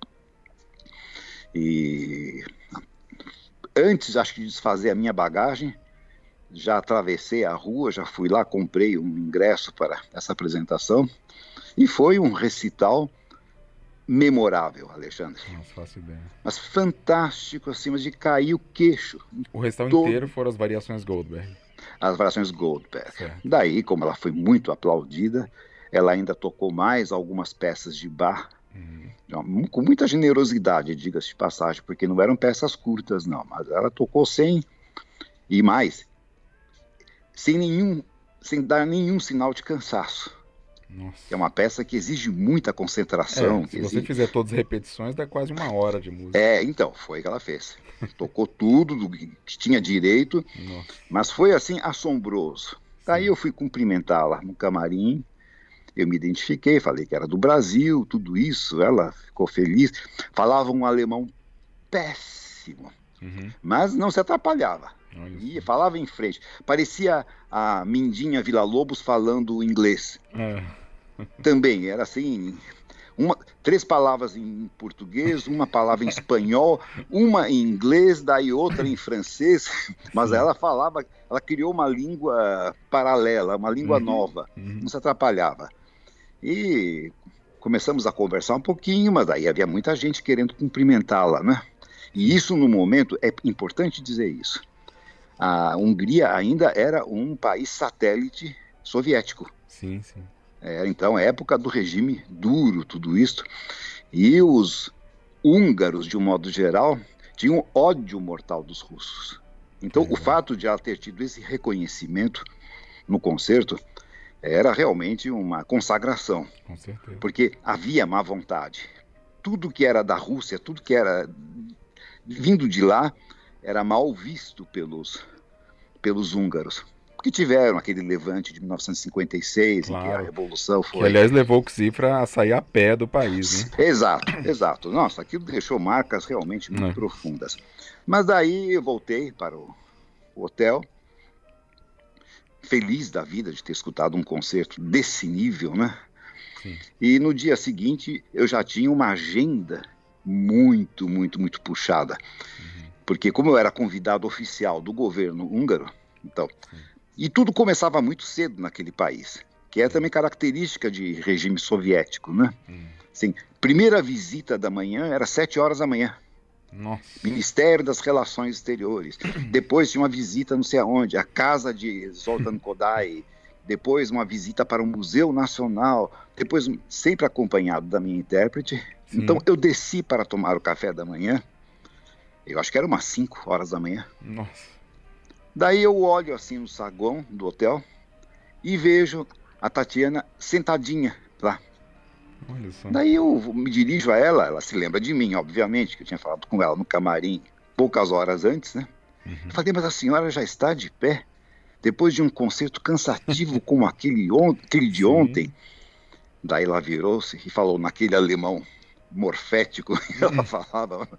E... Antes, acho que de desfazer a minha bagagem, já atravessei a rua, já fui lá, comprei um ingresso para essa apresentação. E foi um recital memorável, Alexandre. Não faço ideia. Mas fantástico, assim, mas de cair o queixo. O recital todo... inteiro foram as variações Goldberg. As variações Goldberg. Certo. Daí, como ela foi muito aplaudida, ela ainda tocou mais algumas peças de Bach, Uhum. com muita generosidade, diga-se de passagem, porque não eram peças curtas, não, mas ela tocou sem, e mais, sem nenhum, sem dar nenhum sinal de cansaço. Nossa. É uma peça que exige muita concentração. É, se exige... você fizer todas as repetições, dá quase uma hora de música. É, então, foi o que ela fez. Tocou tudo do que tinha direito, Nossa. Mas foi assim assombroso. Daí eu fui cumprimentá-la no camarim. Eu me identifiquei, falei que era do Brasil, tudo isso, ela ficou feliz. Falava um alemão péssimo, uhum. mas não se atrapalhava. Ia, falava em frente. Parecia a Mindinha Villa-Lobos falando inglês. É. Também, era assim, uma, três palavras em português, uma palavra em espanhol, uma em inglês, daí outra em francês. Mas Sim. ela falava, ela criou uma língua paralela, uma língua uhum. nova, uhum. não se atrapalhava. E começamos a conversar um pouquinho, mas aí havia muita gente querendo cumprimentá-la, né? E isso, no momento, é importante dizer isso. A Hungria ainda era um país satélite soviético. Sim, sim. É, então, época do regime duro, tudo isso. E os húngaros, de um modo geral, tinham ódio mortal dos russos. Então, é. o fato de ela ter tido esse reconhecimento no concerto era realmente uma consagração. Com certeza. Porque havia má vontade. Tudo que era da Rússia, tudo que era vindo de lá, era mal visto pelos, pelos húngaros. Que tiveram aquele levante de mil novecentos e cinquenta e seis, claro, em que a Revolução foi... Que, aliás, levou o Cifra a sair a pé do país, né? Exato, exato. Nossa, aquilo deixou marcas realmente muito é. profundas. Mas daí eu voltei para o, o hotel, feliz da vida de ter escutado um concerto desse nível, né? Sim. E no dia seguinte eu já tinha uma agenda muito, muito, muito puxada. Uhum. Porque como eu era convidado oficial do governo húngaro, então... Sim. E tudo começava muito cedo naquele país, que é também característica de regime soviético, né? Hum. Assim, primeira visita da manhã era sete horas da manhã. Nossa. Ministério das Relações Exteriores. Depois tinha uma visita não sei aonde, a casa de Zoltán Kodály. Depois uma visita para o Museu Nacional. Depois sempre acompanhado da minha intérprete. Sim. Então eu desci para tomar o café da manhã. Eu acho que era umas cinco horas da manhã. Nossa. Daí eu olho assim no saguão do hotel e vejo a Tatiana sentadinha lá. Olha só. Daí eu me dirijo a ela, ela se lembra de mim, obviamente, que eu tinha falado com ela no camarim poucas horas antes, né? Uhum. Eu falei, mas a senhora já está de pé? Depois de um concerto cansativo como aquele, on- aquele de Sim. ontem? Daí ela virou-se e falou naquele alemão morfético que ela falava.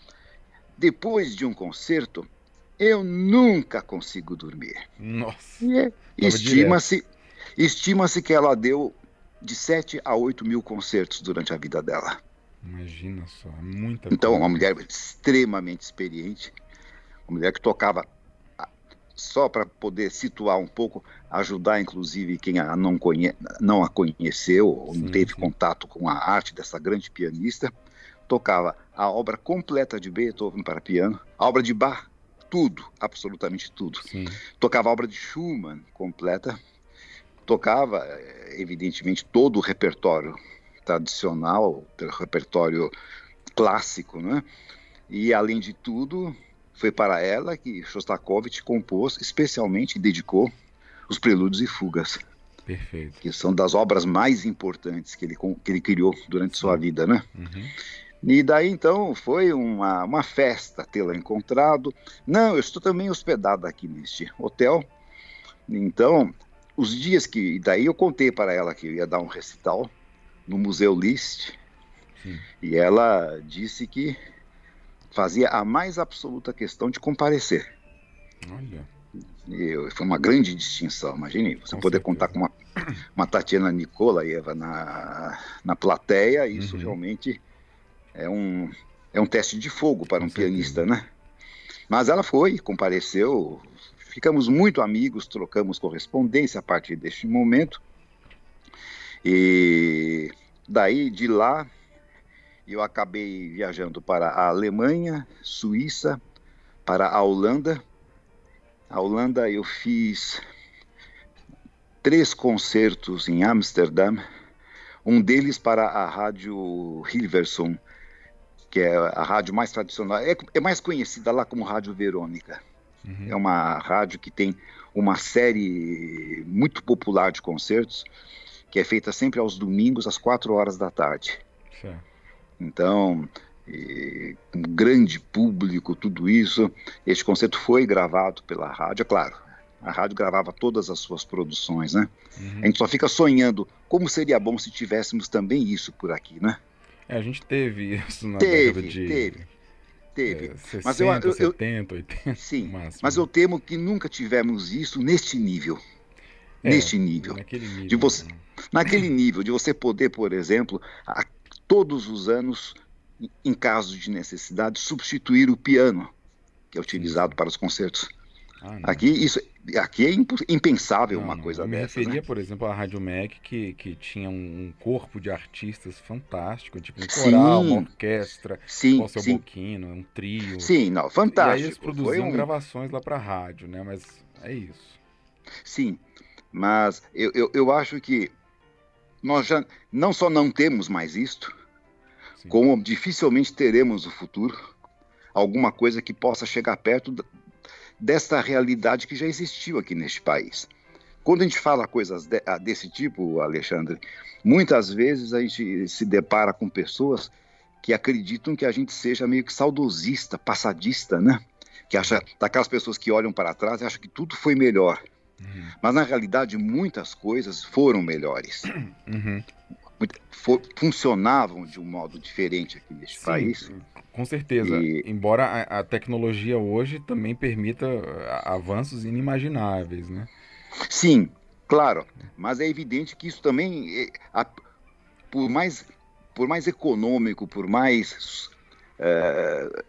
Depois de um concerto, eu nunca consigo dormir. Nossa. E é, estima-se, estima-se que ela deu de sete a oito mil concertos durante a vida dela. Imagina só, é muita Então, coisa. uma mulher extremamente experiente, uma mulher que tocava, só para poder situar um pouco, ajudar inclusive quem a não, conhe, não a conheceu ou não sim, teve sim. contato com a arte dessa grande pianista, tocava a obra completa de Beethoven para piano, a obra de Bach, tudo, absolutamente tudo. Sim. Tocava a obra de Schumann completa, tocava, evidentemente, todo o repertório tradicional, o repertório clássico, né? E, além de tudo, foi para ela que Shostakovich compôs, especialmente, e dedicou os Prelúdios e Fugas. Perfeito. Que são das obras mais importantes que ele, que ele criou durante Sim. sua vida, né? Uhum. E daí, então, foi uma, uma festa tê-la encontrado. Não, eu estou também hospedado aqui neste hotel. Então, os dias que... Daí eu contei para ela que eu ia dar um recital no Museu Liszt. Sim. E ela disse que fazia a mais absoluta questão de comparecer. Olha. E foi uma grande distinção, imagine, você com poder certeza. Contar com uma, uma Tatiana Nikolaeva na, na plateia, isso uhum. realmente... É um, é um teste de fogo para um Com pianista, certeza. Né? Mas ela foi, compareceu, ficamos muito amigos, trocamos correspondência a partir deste momento. E daí, de lá, eu acabei viajando para a Alemanha, Suíça, para a Holanda. A Holanda eu fiz três concertos em Amsterdã, um deles para a rádio Hilversum, que é a rádio mais tradicional, é, é mais conhecida lá como Rádio Verônica. Uhum. É uma rádio que tem uma série muito popular de concertos, que é feita sempre aos domingos, às quatro horas da tarde. Certo. Então, e, um grande público, tudo isso. Este concerto foi gravado pela rádio, é claro. A rádio gravava todas as suas produções, né? Uhum. A gente só fica sonhando como seria bom se tivéssemos também isso por aqui, né? É, a gente teve isso na teve, década de... Teve, teve. É, sessenta, mas eu, eu, setenta, oitenta, sim, máximo. Mas eu temo que nunca tivemos isso neste nível. É, neste nível. Naquele nível. De você, naquele nível, de você poder, por exemplo, a, todos os anos, em caso de necessidade, substituir o piano, que é utilizado sim. para os concertos. Ah, aqui, isso, aqui é impensável não, uma não, coisa eu dessa. Me referia, né? por exemplo, à Rádio M E C, que, que tinha um corpo de artistas fantástico, tipo um coral, sim, uma orquestra, sim, o seu sim. boquino, um trio. Sim, não, fantástico. E aí eles produziam um... gravações lá para a rádio, né? Mas é isso. Sim, mas eu, eu, eu acho que nós já não só não temos mais isto, sim. como dificilmente teremos no futuro alguma coisa que possa chegar perto desta realidade que já existiu aqui neste país. quando a gente fala coisas de, desse tipo, Alexandre, muitas vezes a gente se depara com pessoas que acreditam que a gente seja meio que saudosista, passadista, né? Que acha, daquelas pessoas que olham para trás e acham que tudo foi melhor. Uhum. Mas, na realidade, muitas coisas foram melhores. Uhum. For, funcionavam de um modo diferente aqui neste Sim, país. Com certeza. E... Embora a, a tecnologia hoje também permita avanços inimagináveis, né? Sim, claro. Mas é evidente que isso também, é, a, por mais... por mais econômico, por mais é,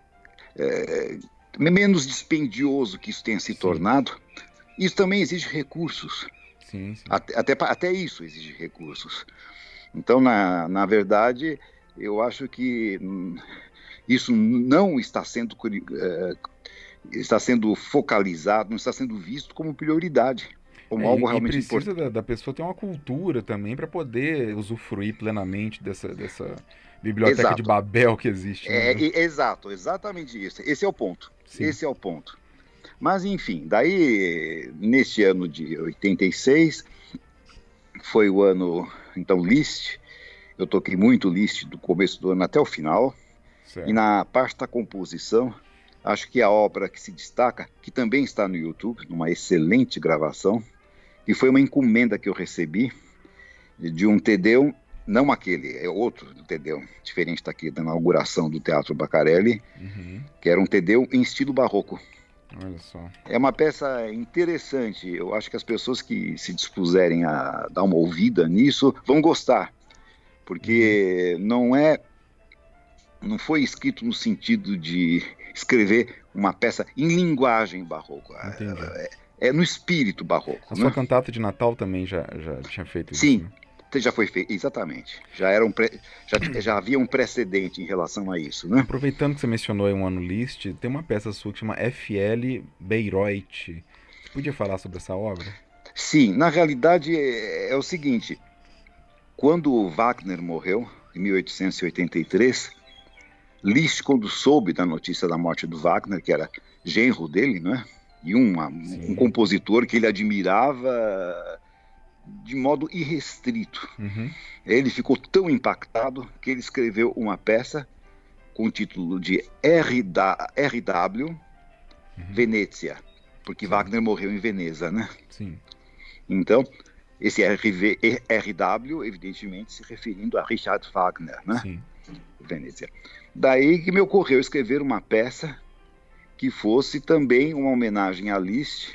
é, menos dispendioso que isso tenha se sim. tornado, isso também exige recursos. Sim, sim. Até, até, até isso exige recursos. Então, na, na verdade, eu acho que isso não está sendo, é, está sendo focalizado, não está sendo visto como prioridade. Como é, algo e realmente precisa importante. Da, da pessoa ter uma cultura também para poder usufruir plenamente dessa, dessa biblioteca exato. De Babel que existe. É, né? e, exato, exatamente isso. Esse é o ponto. Sim. Esse é o ponto. Mas, enfim, daí, neste ano de oitenta e seis, foi o ano, então, Liszt. Eu toquei muito Liszt do começo do ano até o final. Certo. E na parte da composição, acho que a obra que se destaca, que também está no YouTube, numa excelente gravação, e foi uma encomenda que eu recebi de um Te-Deum, não aquele, é outro Te-Deum, diferente daqui da inauguração do Teatro Baccarelli, uhum. que era um Te-Deum em estilo barroco. Olha só. É uma peça interessante, eu acho que as pessoas que se dispuserem a dar uma ouvida nisso vão gostar, porque uhum. não é, não foi escrito no sentido de escrever uma peça em linguagem barroca. É, é no espírito barroco. A né? sua cantata de Natal também já, já tinha feito isso? Sim, né? já foi feito, exatamente. Já, era um pré, já, já havia um precedente em relação a isso. Né? Aproveitando que você mencionou aí um ano Liszt, tem uma peça sua que chama F L Bayreuth. Você podia falar sobre essa obra? Sim, na realidade é, é o seguinte, quando o Wagner morreu, em mil oitocentos e oitenta e três, Liszt, quando soube da notícia da morte do Wagner, que era genro dele, né? E uma, um compositor que ele admirava de modo irrestrito. Uhum. Ele ficou tão impactado que ele escreveu uma peça com o título de R W, uhum. Venezia, porque Sim. Wagner morreu em Veneza, né? Sim. Então, esse R V, R W, evidentemente, se referindo a Richard Wagner, né? Sim. Venezia. Daí que me ocorreu escrever uma peça que fosse também uma homenagem a Liszt,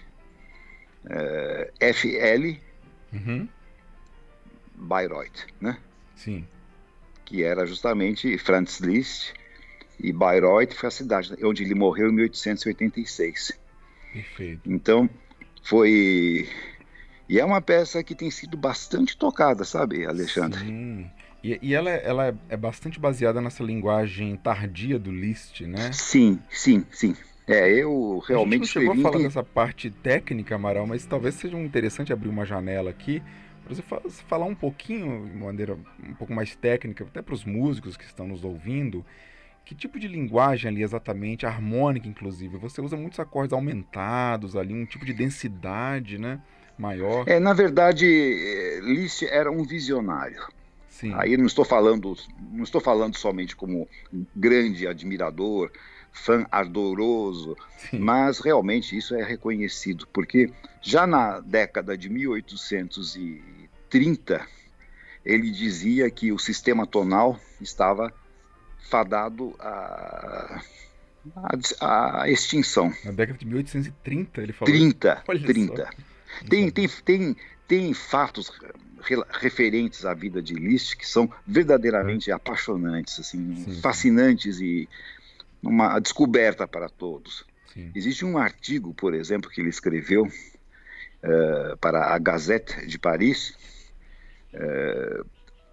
é, F L uhum. Bayreuth, né? Sim. Que era justamente Franz Liszt, e Bayreuth foi a cidade onde ele morreu em mil oitocentos e oitenta e seis. Perfeito. Então, foi... E é uma peça que tem sido bastante tocada, sabe, Alexandre? Sim. E, e ela, ela é bastante baseada nessa linguagem tardia do Liszt, né? Sim, sim, sim. É, eu realmente... A gente não chegou a falar tem... dessa parte técnica, Amaral, mas talvez seja interessante abrir uma janela aqui para você falar um pouquinho, de maneira um pouco mais técnica, até para os músicos que estão nos ouvindo, que tipo de linguagem ali exatamente, harmônica inclusive, você usa muitos acordes aumentados ali, um tipo de densidade, né, maior. É, na verdade, Liszt era um visionário. Sim. Aí não estou falando, não estou falando somente como grande admirador, fã ardoroso, Sim. mas realmente isso é reconhecido, porque já na década de mil oitocentos e trinta, ele dizia que o sistema tonal estava fadado à, à, à extinção. Na década de mil oitocentos e trinta, ele falou trinta, isso? trinta. Tem, tem, tem, tem fatos referentes à vida de Liszt que são verdadeiramente apaixonantes, assim, sim, fascinantes sim. E uma descoberta para todos. Sim. Existe um artigo, por exemplo, que ele escreveu uh, para a Gazette de Paris. Uh,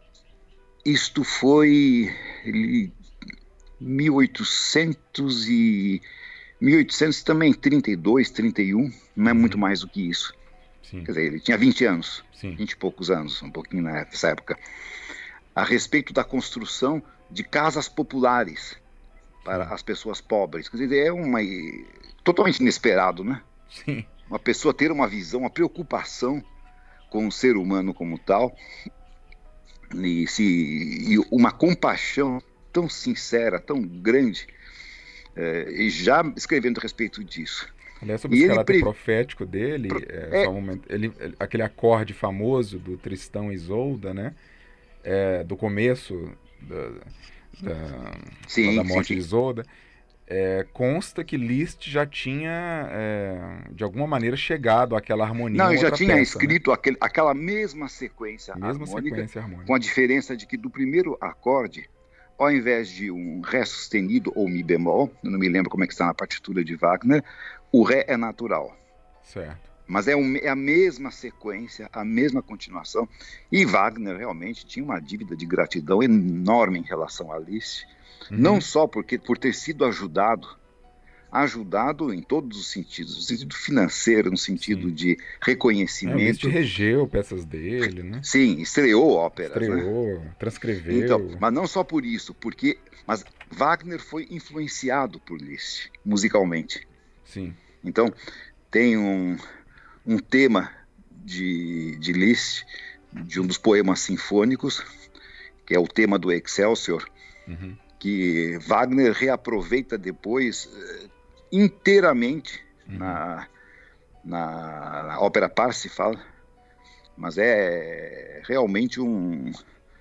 isto foi ele, mil e oitocentos e mil e oitocentos também, trinta e dois, trinta e um, não é uhum. muito mais do que isso. Sim. Quer dizer, ele tinha vinte anos, Sim. vinte e poucos anos, um pouquinho nessa época, a respeito da construção de casas populares para Sim. as pessoas pobres. Quer dizer, é uma... totalmente inesperado, né? Sim. uma pessoa ter uma visão, uma preocupação com o ser humano como tal, e, se, e uma compaixão tão sincera, tão grande, é, e já escrevendo a respeito disso. Aliás, sobre e esse caráter pre... profético dele, é, é... Um momento, ele, aquele acorde famoso do Tristão e Isolda, né? É, do começo da, da, sim, da morte sim, sim. de Isolda, é, consta que Liszt já tinha, é, de alguma maneira, chegado àquela harmonia. Não, ele já tinha peça, escrito né? aquele, aquela mesma sequência, mesma harmônica, sequência harmônica, com a diferença de que do primeiro acorde, ao invés de um Ré sustenido ou Mi bemol, eu não me lembro como é que está na partitura de Wagner, o Ré é natural. Certo. Mas é, um, é a mesma sequência, a mesma continuação. E Wagner realmente tinha uma dívida de gratidão enorme em relação a Liszt. Uhum. Não só porque, por ter sido ajudado, ajudado em todos os sentidos, no sentido financeiro, no sentido Sim. de reconhecimento. É, Liszt regeu peças dele, né? Sim, estreou óperas. Estreou, né? transcreveu. Então, mas não só por isso, porque mas Wagner foi influenciado por Liszt, musicalmente. Sim. Então, tem um... um tema de, de Liszt, de um dos poemas sinfônicos, que é o tema do Excelsior, uhum. que Wagner reaproveita depois uh, inteiramente uhum. na, na, na ópera Parsifal, mas é realmente um,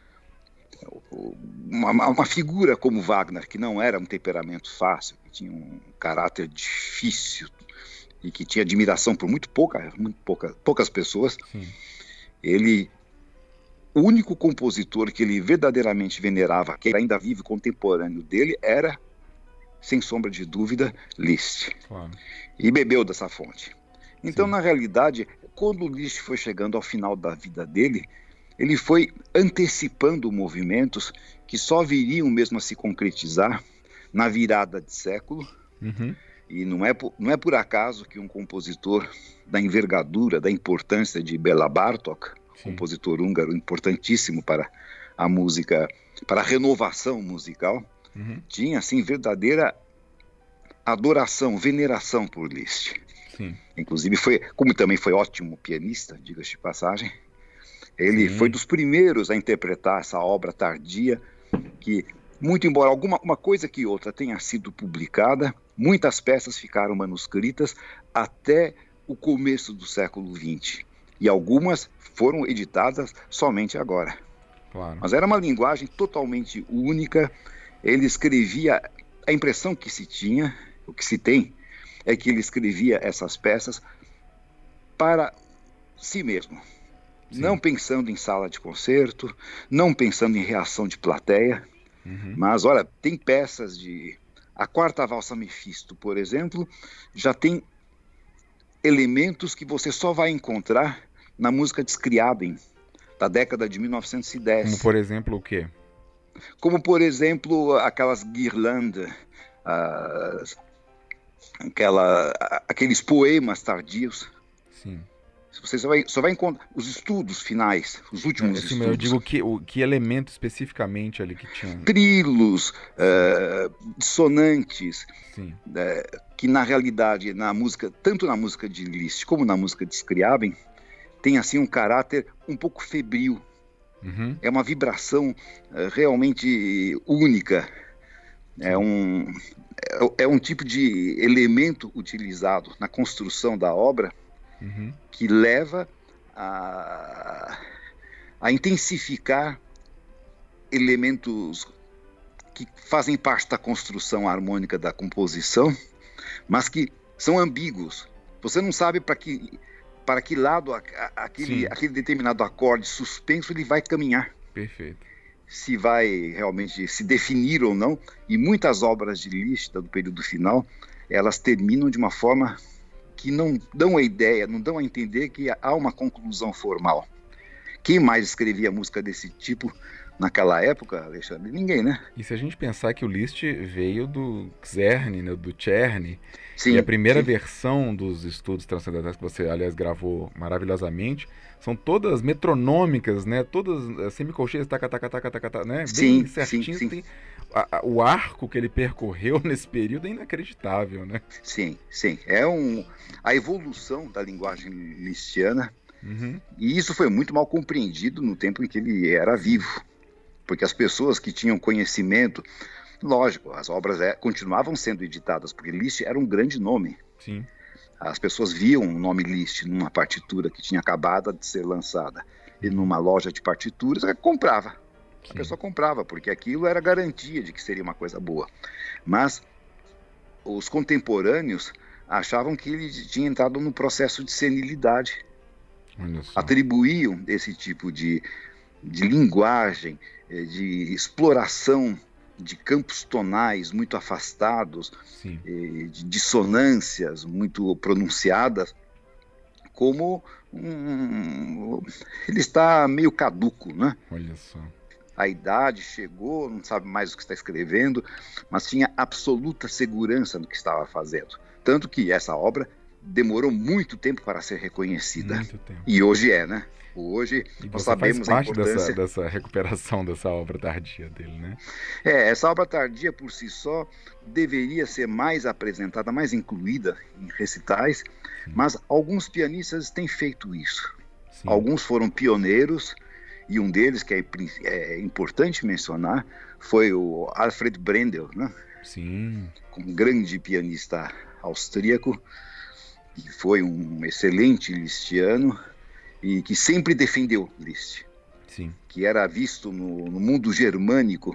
uma, uma figura como Wagner, que não era um temperamento fácil, que tinha um caráter difícil, e que tinha admiração por muito, pouca, muito pouca, poucas pessoas. Sim. Ele, o único compositor que ele verdadeiramente venerava, que ainda vive contemporâneo dele, era, sem sombra de dúvida, Liszt. Claro. E bebeu dessa fonte. Então, Sim. na realidade, quando Liszt foi chegando ao final da vida dele, ele foi antecipando movimentos que só viriam mesmo a se concretizar na virada de século. Uhum. E não é, por, não é por acaso que um compositor da envergadura, da importância de Béla Bartók, Sim. compositor húngaro importantíssimo para a música, para a renovação musical, uhum. tinha assim verdadeira adoração, veneração por Liszt. Sim. Inclusive foi, como também foi ótimo pianista, diga-se de passagem, ele Sim. foi dos primeiros a interpretar essa obra tardia que, muito embora alguma uma coisa que outra tenha sido publicada, muitas peças ficaram manuscritas até o começo do século vinte. E algumas foram editadas somente agora. Claro. Mas era uma linguagem totalmente única. Ele escrevia, a impressão que se tinha, o que se tem, é que ele escrevia essas peças para si mesmo. Sim. Não pensando em sala de concerto, não pensando em reação de plateia. Uhum. Mas, olha, tem peças de... A Quarta Valsa Mefisto, por exemplo, já tem elementos que você só vai encontrar na música de Scriabin, da década de mil novecentos e dez. Como, por exemplo, o quê? Como, por exemplo, aquelas guirlandas, uh, aquela, aqueles poemas tardios. Sim. Você só vai, só vai encontrar os estudos finais, os últimos assim, estudos. Eu digo que, o, que elemento especificamente ali que tinha? Trilos, uh, dissonantes, uh, que na realidade, na música, tanto na música de Liszt como na música de Scriabin, tem assim um caráter um pouco febril. Uhum. É uma vibração uh, realmente única. É um, é, é um tipo de elemento utilizado na construção da obra, Uhum. que leva a, a intensificar elementos que fazem parte da construção harmônica da composição, mas que são ambíguos. Você não sabe para que, para que lado a, a, aquele, aquele determinado acorde suspenso ele vai caminhar. Perfeito. Se vai realmente se definir ou não. E muitas obras de Liszt do período final, elas terminam de uma forma que não dão a ideia, não dão a entender que há uma conclusão formal. Quem mais escrevia música desse tipo naquela época, Alexandre? Ninguém, né? E se a gente pensar que o Liszt veio do Czerny, né, do Czerny, sim, e a primeira sim. versão dos estudos transcendentais que você, aliás, gravou maravilhosamente, são todas metronômicas, né? Todas semicolcheias, taca, taca, taca, taca, né? Bem Sim, certinho. sim, sim. Tem a, a, o arco que ele percorreu nesse período é inacreditável, né? Sim, sim. É um, a evolução da linguagem lisztiana, uhum. E isso foi muito mal compreendido no tempo em que ele era vivo, porque as pessoas que tinham conhecimento, lógico, as obras é, continuavam sendo editadas, porque Liszt era um grande nome. Sim. As pessoas viam o nome Liszt numa partitura que tinha acabado de ser lançada, e numa loja de partituras, comprava. A Sim. pessoa comprava, porque aquilo era garantia de que seria uma coisa boa. Mas os contemporâneos achavam que ele tinha entrado no processo de senilidade. Atribuíam esse tipo de, de linguagem, de exploração de campos tonais muito afastados, de dissonâncias muito pronunciadas, como um, ele está meio caduco, né? Olha só. A idade chegou, não sabe mais o que está escrevendo, mas tinha absoluta segurança no que estava fazendo. Tanto que essa obra demorou muito tempo para ser reconhecida. Muito tempo. E hoje é, né? Hoje e nós sabemos faz parte a importância... dessa, dessa recuperação dessa obra tardia dele, né? É, essa obra tardia por si só deveria ser mais apresentada, mais incluída em recitais, Sim. mas alguns pianistas têm feito isso. Sim. Alguns foram pioneiros, e um deles, que é, é importante mencionar, foi o Alfred Brendel, né? Sim. Um grande pianista austríaco, que foi um excelente lisztiano e que sempre defendeu Liszt. Sim. Que era visto no, no mundo germânico,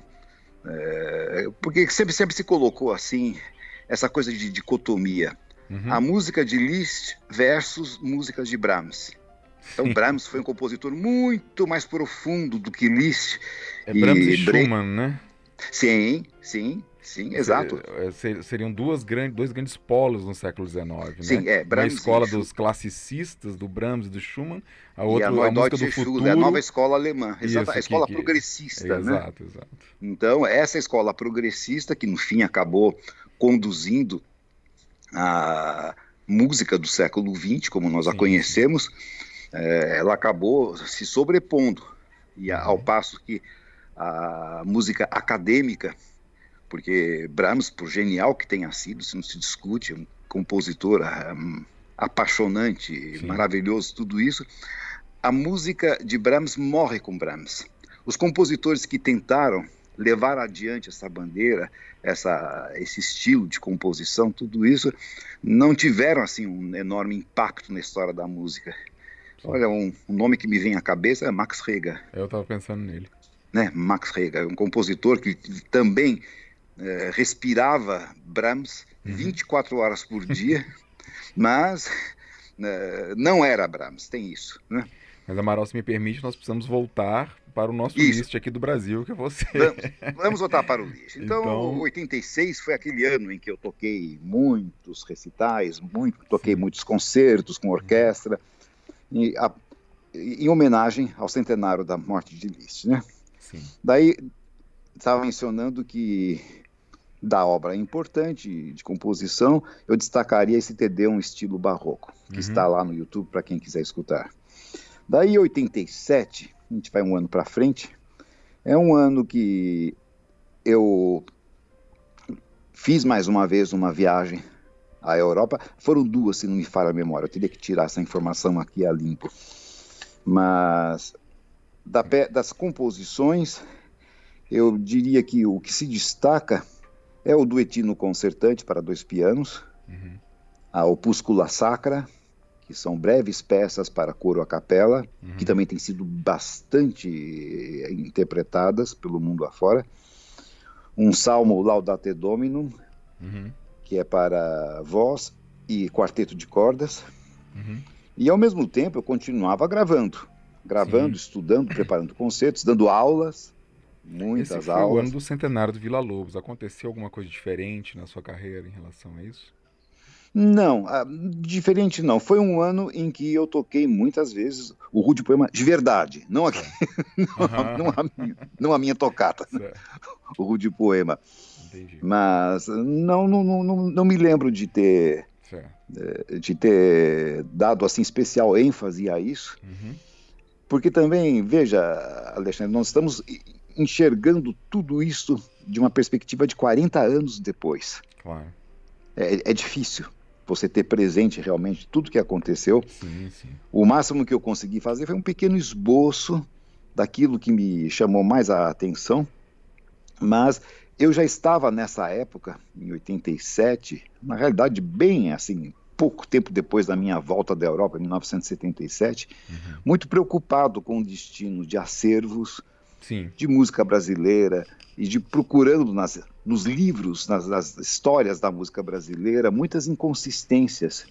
é, porque sempre, sempre se colocou assim, essa coisa de dicotomia. Uhum. A música de Liszt versus músicas de Brahms. Então Sim. Brahms foi um compositor muito mais profundo do que Liszt. É e Brahms e Schumann, né? Sim, sim. Sim, exato. Seriam duas grandes, dois grandes polos no século dezenove, né? Sim, é. Brahms Uma escola dos classicistas, do Brahms e do Schumann, a e outra, a, a música do futuro. A nova escola alemã, exato, Isso, a escola que, progressista, que... né? Exato, exato. Então, essa escola progressista, que no fim acabou conduzindo a música do século vinte, como nós sim, a conhecemos, é, ela acabou se sobrepondo, e ao passo que a música acadêmica, porque Brahms, por genial que tenha sido, se não se discute, é um compositor um, apaixonante, Sim. maravilhoso, tudo isso, a música de Brahms morre com Brahms. Os compositores que tentaram levar adiante essa bandeira, essa, esse estilo de composição, tudo isso, não tiveram assim um enorme impacto na história da música. Sim. Olha, um, um nome que me vem à cabeça é Max Reger. Eu estava pensando nele. Né? Max Reger, um compositor que também é, respirava Brahms uhum. vinte e quatro horas por dia, mas é, não era Brahms, tem isso, né? Mas, Amaral, se me permite, nós precisamos voltar para o nosso Liszt aqui do Brasil, que é você. Vamos, vamos voltar para o Liszt. Então, então, oitenta e seis foi aquele ano em que eu toquei muitos recitais, muito, toquei Sim. muitos concertos com orquestra, e a, em homenagem ao centenário da morte de Liszt, né? Sim. Daí, estava mencionando que da obra importante de composição, eu destacaria esse Te Deum estilo barroco, que uhum. está lá no YouTube para quem quiser escutar. Daí, oitenta e sete, a gente vai um ano para frente, é um ano que eu fiz mais uma vez uma viagem à Europa. Foram duas, se não me falha a memória, eu teria que tirar essa informação aqui a limpo. Mas da, das composições, eu diria que o que se destaca é o duetino concertante para dois pianos, uhum. a Opúscula Sacra, que são breves peças para coro a capela, uhum. que também têm sido bastante interpretadas pelo mundo afora. Um salmo Laudate Dominum, uhum. que é para voz e quarteto de cordas. Uhum. E, ao mesmo tempo, eu continuava gravando. Gravando, Sim. estudando, preparando concertos, dando aulas, muitas Esse foi aulas. o ano do centenário do Villa-Lobos. Aconteceu alguma coisa diferente na sua carreira em relação a isso? Não, diferente não. Foi um ano em que eu toquei muitas vezes o Rude Poema de verdade, não, aqui, não, uhum. não, a, minha, não a minha tocata, certo. O Rude Poema. Entendi. Mas não, não, não, não me lembro de ter, certo. de ter dado assim especial ênfase a isso, uhum. porque também, veja, Alexandre, nós estamos enxergando tudo isso de uma perspectiva de quarenta anos depois. Claro. É, é difícil você ter presente realmente tudo que aconteceu. Sim, sim. O máximo que eu consegui fazer foi um pequeno esboço daquilo que me chamou mais a atenção, mas eu já estava nessa época, em oitenta e sete, na realidade bem assim, pouco tempo depois da minha volta da Europa, em mil novecentos e setenta e sete, uhum. muito preocupado com o destino de acervos, sim. de música brasileira, e de procurando nas, nos livros, nas, nas histórias da música brasileira, muitas inconsistências,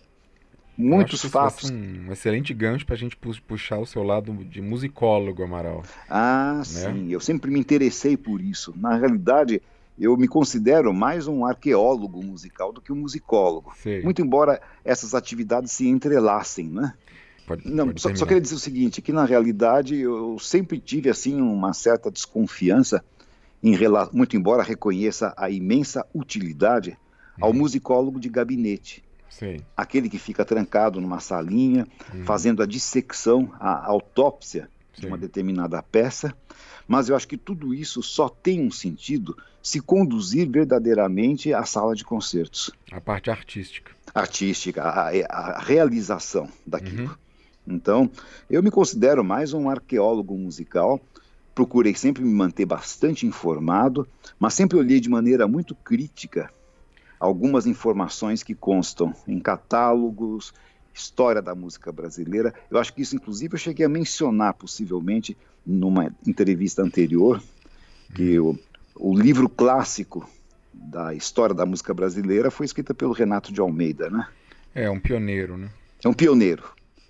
muitos fatos. Isso um excelente gancho para a gente puxar o seu lado de musicólogo, Amaral. Ah, né? Sim, eu sempre me interessei por isso. Na realidade, eu me considero mais um arqueólogo musical do que um musicólogo. Sei. Muito embora essas atividades se entrelacem, né? Pode, Não, pode só, só queria dizer o seguinte, que na realidade eu sempre tive assim uma certa desconfiança, em relação, muito embora reconheça a imensa utilidade uhum. ao musicólogo de gabinete. Sim. Aquele que fica trancado numa salinha, uhum. fazendo a dissecção, a autópsia Sim. de uma determinada peça, mas eu acho que tudo isso só tem um sentido se conduzir verdadeiramente à sala de concertos. A parte artística. Artística, a, a realização daquilo. Uhum. Então, eu me considero mais um arqueólogo musical. Procurei sempre me manter bastante informado, mas sempre olhei de maneira muito crítica algumas informações que constam em catálogos, história da música brasileira. Eu acho que isso, inclusive, eu cheguei a mencionar, possivelmente, numa entrevista anterior, que o, o livro clássico da história da música brasileira foi escrito pelo Renato de Almeida, né? É, um pioneiro, né? É um pioneiro.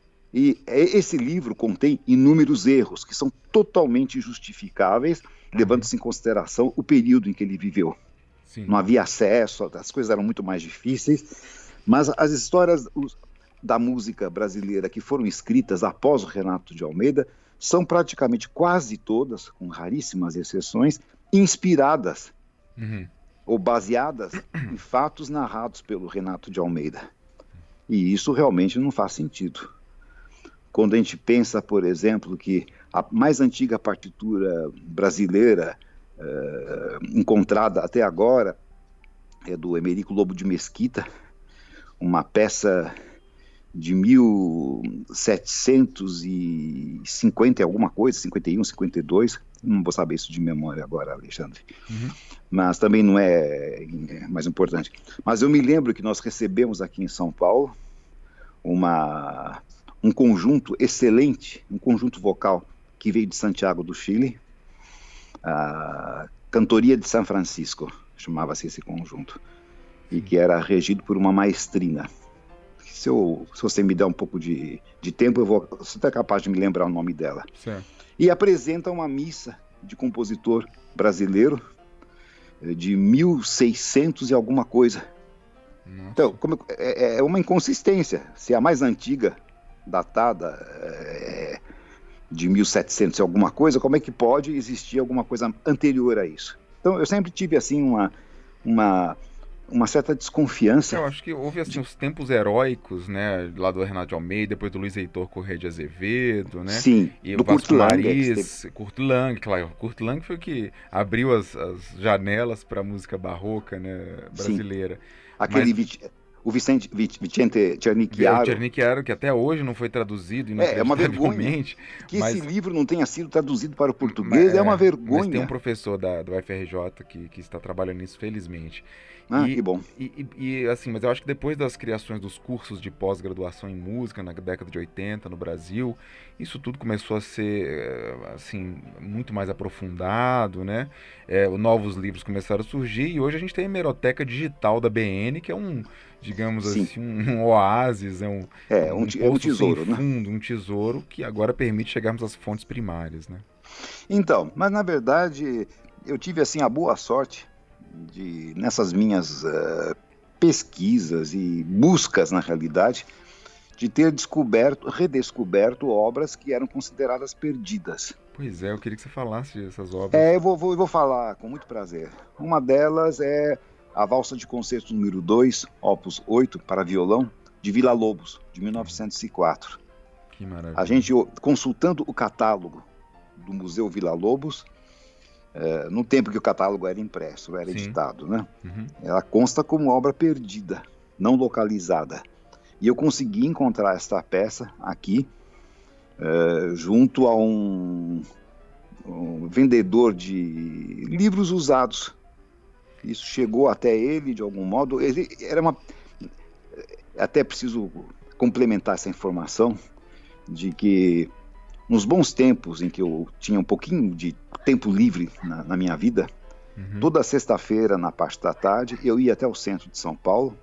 E esse livro contém inúmeros erros que são totalmente justificáveis, uhum. levando-se em consideração o período em que ele viveu. Sim. Não havia acesso, as coisas eram muito mais difíceis, mas as histórias da música brasileira que foram escritas após o Renato de Almeida são praticamente quase todas, com raríssimas exceções, inspiradas uhum. ou baseadas em fatos narrados pelo Renato de Almeida. E isso realmente não faz sentido. Quando a gente pensa, por exemplo, que a mais antiga partitura brasileira uh, encontrada até agora é do Emerico Lobo de Mesquita, uma peça de mil setecentos e cinquenta e alguma coisa, cinquenta e um, cinquenta e dois, não vou saber isso de memória agora, Alexandre, uhum. mas também não é, é mais importante. Mas eu me lembro que nós recebemos aqui em São Paulo uma... um conjunto excelente, um conjunto vocal que veio de Santiago do Chile, a Cantoria de São Francisco, chamava-se esse conjunto, e que era regido por uma maestrina. Se, eu, se você me der um pouco de, de tempo, eu vou ser capaz de me lembrar o nome dela. Certo. E apresenta uma missa de compositor brasileiro de mil e seiscentos e alguma coisa. Nossa. Então, como, é, é uma inconsistência. Se a mais antiga datada é, de mil e setecentos e alguma coisa, como é que pode existir alguma coisa anterior a isso? Então, eu sempre tive, assim, uma, uma, uma certa desconfiança. Eu acho que houve, assim, de... os tempos heróicos, né, lá do Renato de Almeida, depois do Luiz Heitor Corrêa de Azevedo, né? Sim, e do o Vasco Kurt Lang. Maris, Kurt Lang, claro. Kurt Lang foi o que abriu as, as janelas para a música barroca, né, brasileira. Sim. Aquele... Mas... O Vicente, Vicente Cernicchiaro. Cernicchiaro, que até hoje não foi traduzido. É, é uma vergonha. Que mas, esse livro não tenha sido traduzido para o português mas, é uma vergonha. Mas tem um professor da, do U F R J que, que está trabalhando nisso, felizmente. Ah, e, que bom. E, e, e, assim, mas eu acho que depois das criações dos cursos de pós-graduação em música, na década de oitenta, no Brasil, isso tudo começou a ser, assim, muito mais aprofundado, né? É, novos livros começaram a surgir e hoje a gente tem a hemeroteca digital da B N, que é um, digamos Sim. assim, um, um oásis, é um, é, um, um, é um tesouro, sem fundo, né? Um tesouro que agora permite chegarmos às fontes primárias, né? Então, mas na verdade eu tive, assim, a boa sorte de, nessas minhas uh, pesquisas e buscas, na realidade, de ter descoberto, redescoberto obras que eram consideradas perdidas. Pois é, eu queria que você falasse dessas obras. É, eu vou, vou, eu vou falar com muito prazer. Uma delas é a Valsa de Concerto número dois, opus oito, para violão, de Villa-Lobos, de mil novecentos e quatro. Que maravilha. A gente, consultando o catálogo do Museu Villa-Lobos, é, no tempo que o catálogo era impresso, era Sim. editado, né? Uhum. Ela consta como obra perdida, não localizada. E eu consegui encontrar esta peça aqui, é, junto a um, um vendedor de livros usados. Isso chegou até ele de algum modo. Ele era uma... Até preciso complementar essa informação de que nos bons tempos em que eu tinha um pouquinho de tempo livre na, na minha vida, uhum. toda sexta-feira, na parte da tarde, eu ia até o centro de São Paulo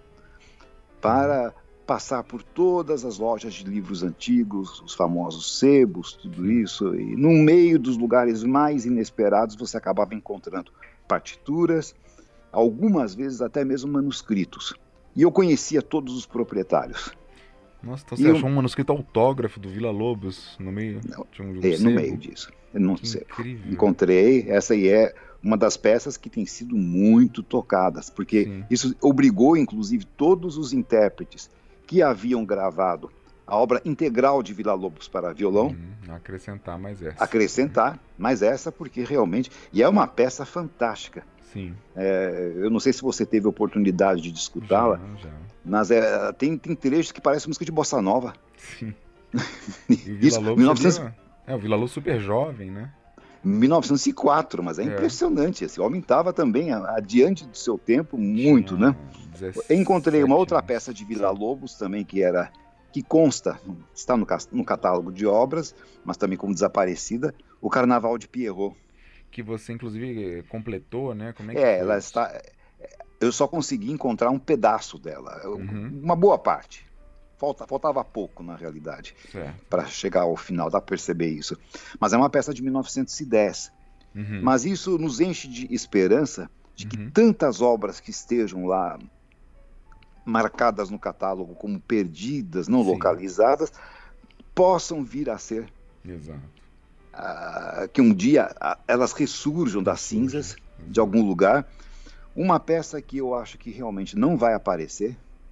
para passar por todas as lojas de livros antigos, os famosos sebos, tudo isso, e no meio dos lugares mais inesperados você acabava encontrando partituras, algumas vezes até mesmo manuscritos. E eu conhecia todos os proprietários. Nossa, então você e achou eu... um manuscrito autógrafo do Villa-Lobos no meio Não, de um, de um é, sebo? No meio disso. Não sei. Incrível. Encontrei, essa aí é uma das peças que tem sido muito tocadas, porque Sim. isso obrigou, inclusive, todos os intérpretes que haviam gravado a obra integral de Villa-Lobos para violão, hum, acrescentar mais essa. Acrescentar mais essa, porque realmente... E é uma peça fantástica. Sim. É, eu não sei se você teve a oportunidade de escutá-la, já, já. mas é, tem, tem trechos que parecem música de bossa nova. Sim. E o Isso, mil e novecentos... É, o Villa-Lobos super jovem, né? mil novecentos e quatro, mas é, é. impressionante. Esse homem estava também adiante do seu tempo, muito, Tinha né? dezessete, encontrei uma outra peça de Villa-Lobos também, que era... que consta, está no, no catálogo de obras, mas também como desaparecida, o Carnaval de Pierrot. Que você, inclusive, completou, né? Como é que É, foi? ela está... Eu só consegui encontrar um pedaço dela, uhum. uma boa parte. Falta, faltava pouco, na realidade, para chegar ao final, dá para perceber isso. Mas é uma peça de mil novecentos e dez. Uhum. Mas isso nos enche de esperança de que uhum. tantas obras que estejam lá marcadas no catálogo como perdidas, não Sim. localizadas, possam vir a ser... Exato. Uh, que um dia uh, elas ressurjam das cinzas uhum. de algum lugar. Uma peça que eu acho que realmente não vai aparecer,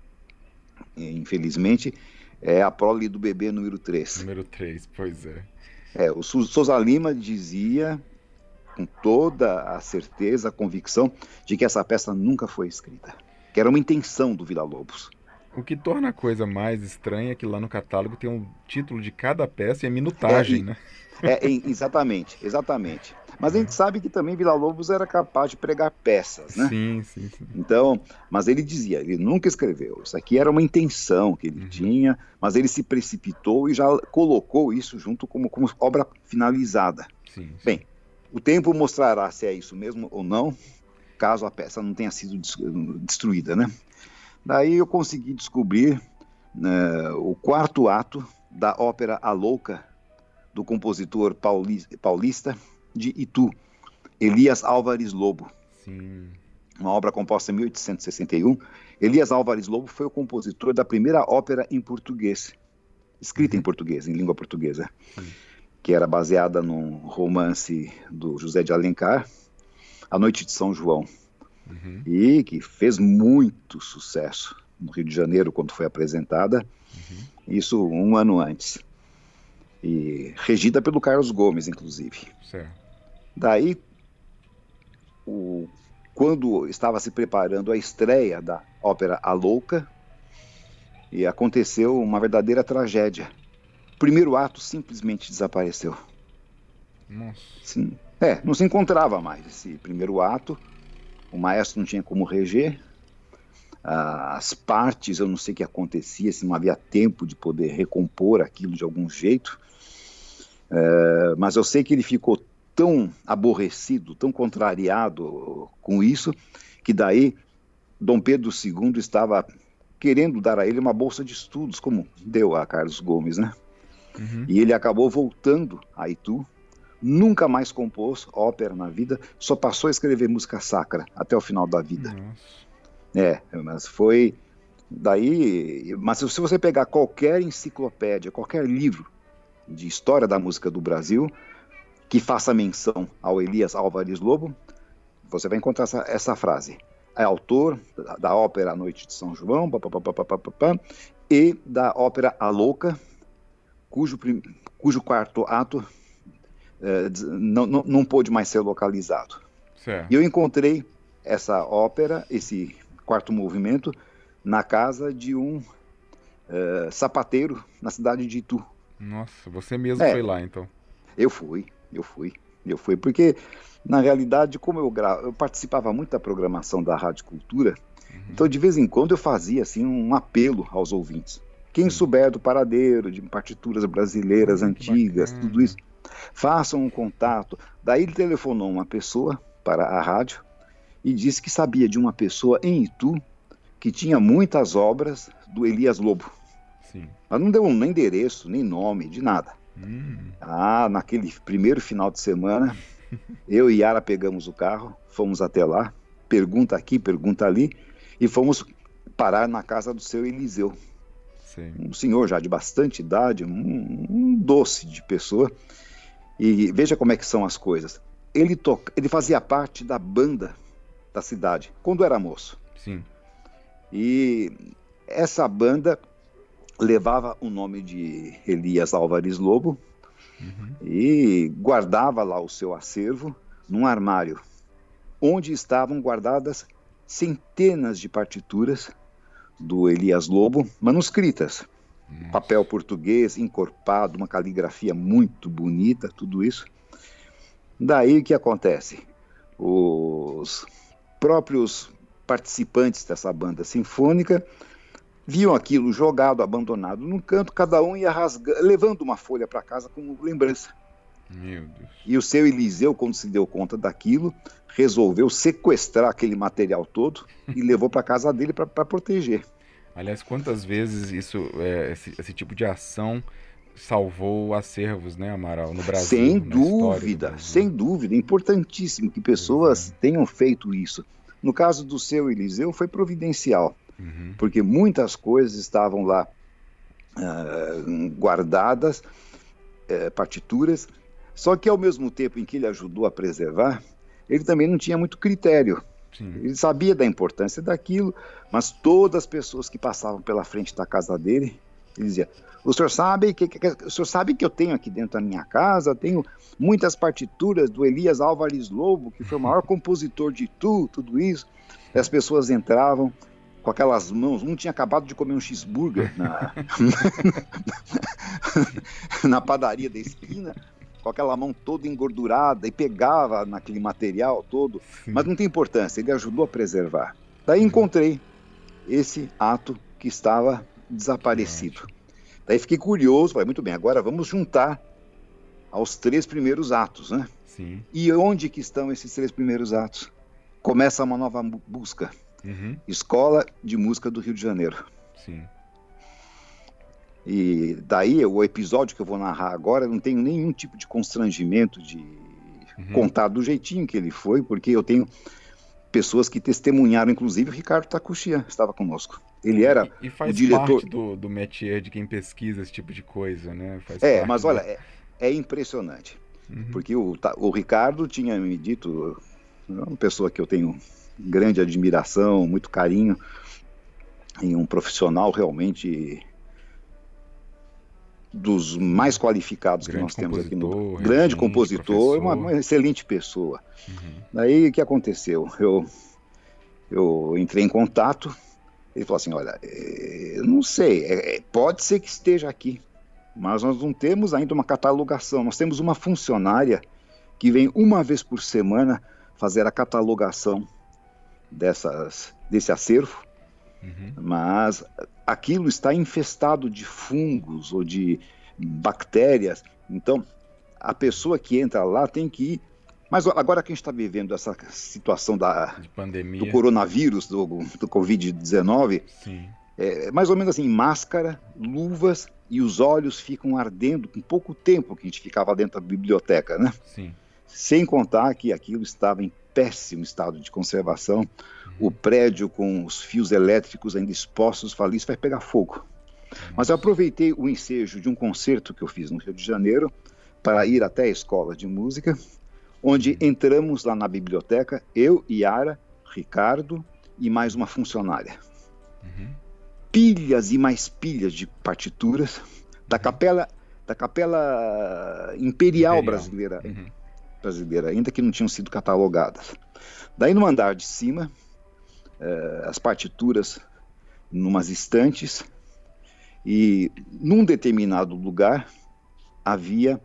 infelizmente, é a prole do bebê número três. Número três, pois é. É, o Sousa Lima dizia, com toda a certeza, a convicção, de que essa peça nunca foi escrita, que era uma intenção do Villa-Lobos. O que torna a coisa mais estranha é que lá no catálogo tem um título de cada peça e a minutagem, é, e, né? É, exatamente, exatamente. Mas a gente sabe que também Villa-Lobos era capaz de pregar peças, né? Sim, sim, sim. Então, mas ele dizia, ele nunca escreveu. Isso aqui era uma intenção que ele uhum. tinha, mas ele se precipitou e já colocou isso junto como, como obra finalizada. Sim, sim. Bem, o tempo mostrará se é isso mesmo ou não, caso a peça não tenha sido destruída, né? Daí eu consegui descobrir né, o quarto ato da ópera A Louca, do compositor paulista de Itu, Elias Álvares Lobo. Sim. Uma obra composta em mil oitocentos e sessenta e um. Elias Álvares Lobo foi o compositor da primeira ópera em português, escrita uhum. em português, em língua portuguesa, Sim. que era baseada num romance do José de Alencar, A Noite de São João, uhum. e que fez muito sucesso no Rio de Janeiro quando foi apresentada, uhum. isso um ano antes. E regida pelo Carlos Gomes, inclusive. Certo. Daí, o, quando estava se preparando a estreia da ópera A Louca, e aconteceu uma verdadeira tragédia. O primeiro ato simplesmente desapareceu. Nossa. Sim. É, não se encontrava mais esse primeiro ato, o maestro não tinha como reger, as partes, eu não sei o que acontecia, se não havia tempo de poder recompor aquilo de algum jeito, é, mas eu sei que ele ficou tão aborrecido, tão contrariado com isso, que daí Dom Pedro segundo estava querendo dar a ele uma bolsa de estudos, como deu a Carlos Gomes, né? Uhum. E ele acabou voltando a Itu, nunca mais compôs ópera na vida, só passou a escrever música sacra até o final da vida. Nossa. É, mas foi daí, mas se você pegar qualquer enciclopédia, qualquer livro de história da música do Brasil que faça menção ao Elias Álvares Lobo, você vai encontrar essa, essa frase. É autor da, da ópera A Noite de São João, pá, pá, pá, pá, pá, pá, pá, e da ópera A Louca, cujo, cujo quarto ato é, não, não, não pôde mais ser localizado. Certo. E eu encontrei essa ópera, esse quarto movimento, na casa de um é, sapateiro na cidade de Itu. Nossa, você mesmo É, foi lá, então. eu fui, eu fui, eu fui, porque na realidade, como eu, gra... eu participava muito da programação da Rádio Cultura, uhum. Então de vez em quando eu fazia assim um apelo aos ouvintes. Quem Sim. souber do paradeiro, de partituras brasileiras hum, antigas, tudo isso, façam um contato. Daí ele telefonou uma pessoa para a rádio e disse que sabia de uma pessoa em Itu que tinha muitas obras do Elias Lobo. Sim. Mas não deu nem endereço, nem nome, de nada. Hum. Ah, naquele primeiro final de semana, eu e Yara pegamos o carro, fomos até lá, pergunta aqui, pergunta ali, e fomos parar na casa do seu Eliseu. Sim. Um senhor já de bastante idade, um, um doce de pessoa. E veja como é que são as coisas. Ele, toca, ele fazia parte da banda da cidade, quando era moço. Sim. E essa banda levava o nome de Elias Álvares Lobo, uhum. e guardava lá o seu acervo num armário, onde estavam guardadas centenas de partituras do Elias Lobo, manuscritas. Nossa. Papel português, encorpado, uma caligrafia muito bonita, tudo isso. Daí o que acontece? Os próprios participantes dessa banda sinfônica viam aquilo jogado, abandonado num canto, cada um ia rasgando, levando uma folha para casa como lembrança. Meu Deus. E o seu Eliseu, quando se deu conta daquilo, resolveu sequestrar aquele material todo e levou para casa dele para proteger. Aliás, quantas vezes isso, é, esse, esse tipo de ação salvou acervos, né, Amaral, no Brasil? Sem dúvida, sem dúvida, importantíssimo que pessoas é. tenham feito isso. No caso do seu Eliseu, foi providencial. Uhum. Porque muitas coisas estavam lá uh, guardadas, uh, partituras, só que ao mesmo tempo em que ele ajudou a preservar, ele também não tinha muito critério. Sim. Ele sabia da importância daquilo, mas todas as pessoas que passavam pela frente da casa dele, ele dizia, o senhor sabe que, que, que, o senhor sabe que eu tenho aqui dentro da minha casa, eu tenho muitas partituras do Elias Álvares Lobo, que foi o maior compositor de Itu, tudo isso. E as pessoas entravam com aquelas mãos, um tinha acabado de comer um cheeseburger na, na padaria da esquina, com aquela mão toda engordurada, e pegava naquele material todo, Sim. mas não tem importância, ele ajudou a preservar. Daí encontrei esse ato que estava desaparecido. Daí fiquei curioso, falei, muito bem, agora vamos juntar aos três primeiros atos, né? Sim. E onde que estão esses três primeiros atos? Começa uma nova busca. Uhum. Escola de Música do Rio de Janeiro. Sim. E daí o episódio que eu vou narrar agora, eu não tenho nenhum tipo de constrangimento de uhum. contar do jeitinho que ele foi, porque eu tenho pessoas que testemunharam, inclusive o Ricardo Takuchian estava conosco. Ele era e, e faz o diretor... parte do, do métier de quem pesquisa esse tipo de coisa, né? Faz é, parte mas do... olha, é, é impressionante, uhum. porque o, o Ricardo tinha me dito, uma pessoa que eu tenho grande admiração, muito carinho, e um profissional realmente dos mais qualificados grande que nós temos aqui no grande compositor, uma, uma excelente pessoa. Uhum. Daí o que aconteceu? Eu, eu entrei em contato, ele falou assim, olha, eu não sei, é, pode ser que esteja aqui, mas nós não temos ainda uma catalogação, nós temos uma funcionária que vem uma vez por semana fazer a catalogação dessas, desse acervo, uhum. mas aquilo está infestado de fungos ou de bactérias, então a pessoa que entra lá tem que ir, mas agora que a gente está vivendo essa situação da, de pandemia. do coronavírus, do, do covid dezenove, Sim. é mais ou menos assim, máscara, luvas, e os olhos ficam ardendo com pouco tempo que a gente ficava dentro da biblioteca, né? Sim. Sem contar que aquilo estava em péssimo estado de conservação, uhum. o prédio com os fios elétricos ainda expostos, falei, isso vai pegar fogo. Nossa. Mas eu aproveitei o ensejo de um concerto que eu fiz no Rio de Janeiro para ir até a escola de música, onde uhum. entramos lá na biblioteca, eu, Yara, Ricardo e mais uma funcionária. Uhum. Pilhas e mais pilhas de partituras, da capela da Capela Imperial, Imperial. Brasileira, uhum. brasileira, ainda que não tinham sido catalogadas. Daí no andar de cima, eh, as partituras numas estantes, e num determinado lugar havia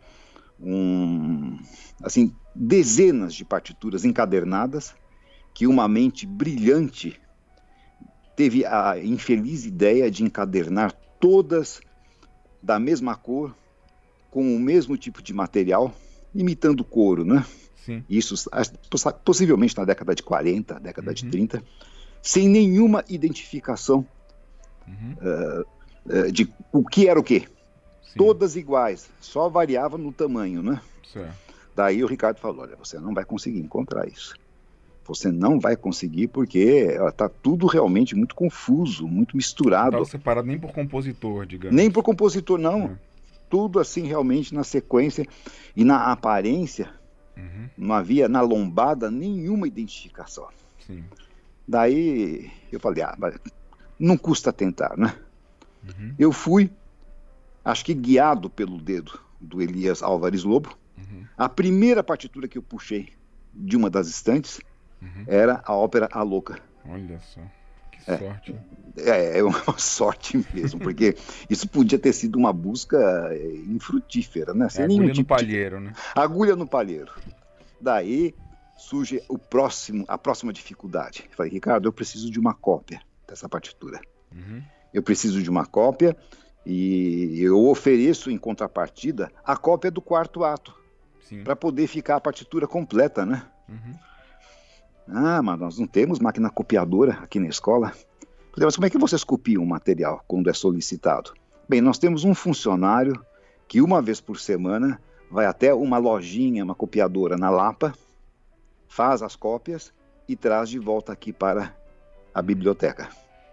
um, assim, dezenas de partituras encadernadas que uma mente brilhante teve a infeliz ideia de encadernar todas da mesma cor, com o mesmo tipo de material, imitando couro, né? Sim. Isso possivelmente na década de quarenta, década uhum. de trinta, sem nenhuma identificação uhum. uh, uh, de o que era o quê. Sim. Todas iguais, só variava no tamanho, né? Certo. Daí o Ricardo falou, olha, você não vai conseguir encontrar isso. Você não vai conseguir porque está tudo realmente muito confuso, muito misturado. Não estava separado nem por compositor, digamos. Nem por compositor, não. É. Tudo assim realmente na sequência e na aparência, uhum. não havia na lombada nenhuma identificação. Sim. Daí eu falei, ah, não custa tentar, né? Uhum. Eu fui, acho que guiado pelo dedo do Elias Álvares Lobo, uhum. a primeira partitura que eu puxei de uma das estantes uhum. era a ópera A Louca. Olha só, que é, sorte. É, é uma sorte mesmo, porque isso podia ter sido uma busca infrutífera, né? Sem é nenhum agulha tipo no palheiro, de... né? Agulha no palheiro. Daí surge o próximo, a próxima dificuldade. Eu falei, Ricardo, eu preciso de uma cópia dessa partitura. Uhum. Eu preciso de uma cópia e eu ofereço em contrapartida a cópia do quarto ato, para poder ficar a partitura completa, né? Uhum. Ah, mas nós não temos máquina copiadora aqui na escola. Falei, mas como é que vocês copiam o material quando é solicitado? Bem, nós temos um funcionário que uma vez por semana vai até uma lojinha, uma copiadora na Lapa, faz as cópias e traz de volta aqui para a biblioteca.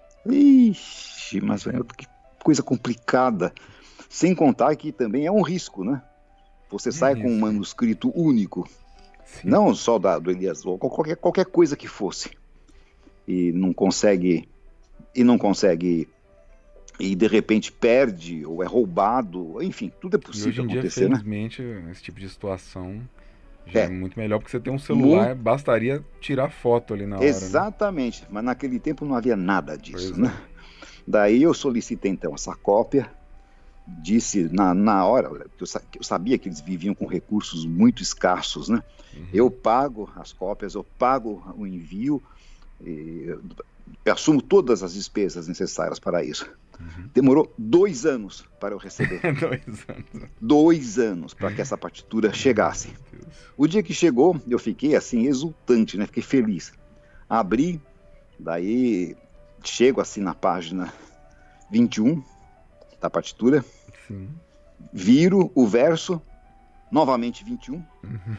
Ixi, mas que coisa complicada. Sem contar que também é um risco, né? Você sai com um manuscrito único, Sim. não só da, do Elias, ou qualquer, qualquer coisa que fosse, e não consegue, e não consegue, e de repente perde, ou é roubado, enfim, tudo é possível e hoje em acontecer, dia, né? felizmente, esse tipo de situação já é, é muito melhor, porque você tem um celular, muito... bastaria tirar foto ali na hora. Exatamente, né? Mas naquele tempo não havia nada disso, pois né? É. Daí eu solicitei então essa cópia, disse na, na hora, que eu, eu sabia que eles viviam com recursos muito escassos, né? Uhum. Eu pago as cópias, eu pago o envio, e eu assumo todas as despesas necessárias para isso. Uhum. Demorou dois anos para eu receber. dois anos. Dois anos para que essa partitura chegasse. O dia que chegou, eu fiquei assim, exultante, né? Fiquei feliz. Abri, daí chego assim na página vinte e um da partitura. Sim. Viro o verso, novamente vinte e um. Uhum.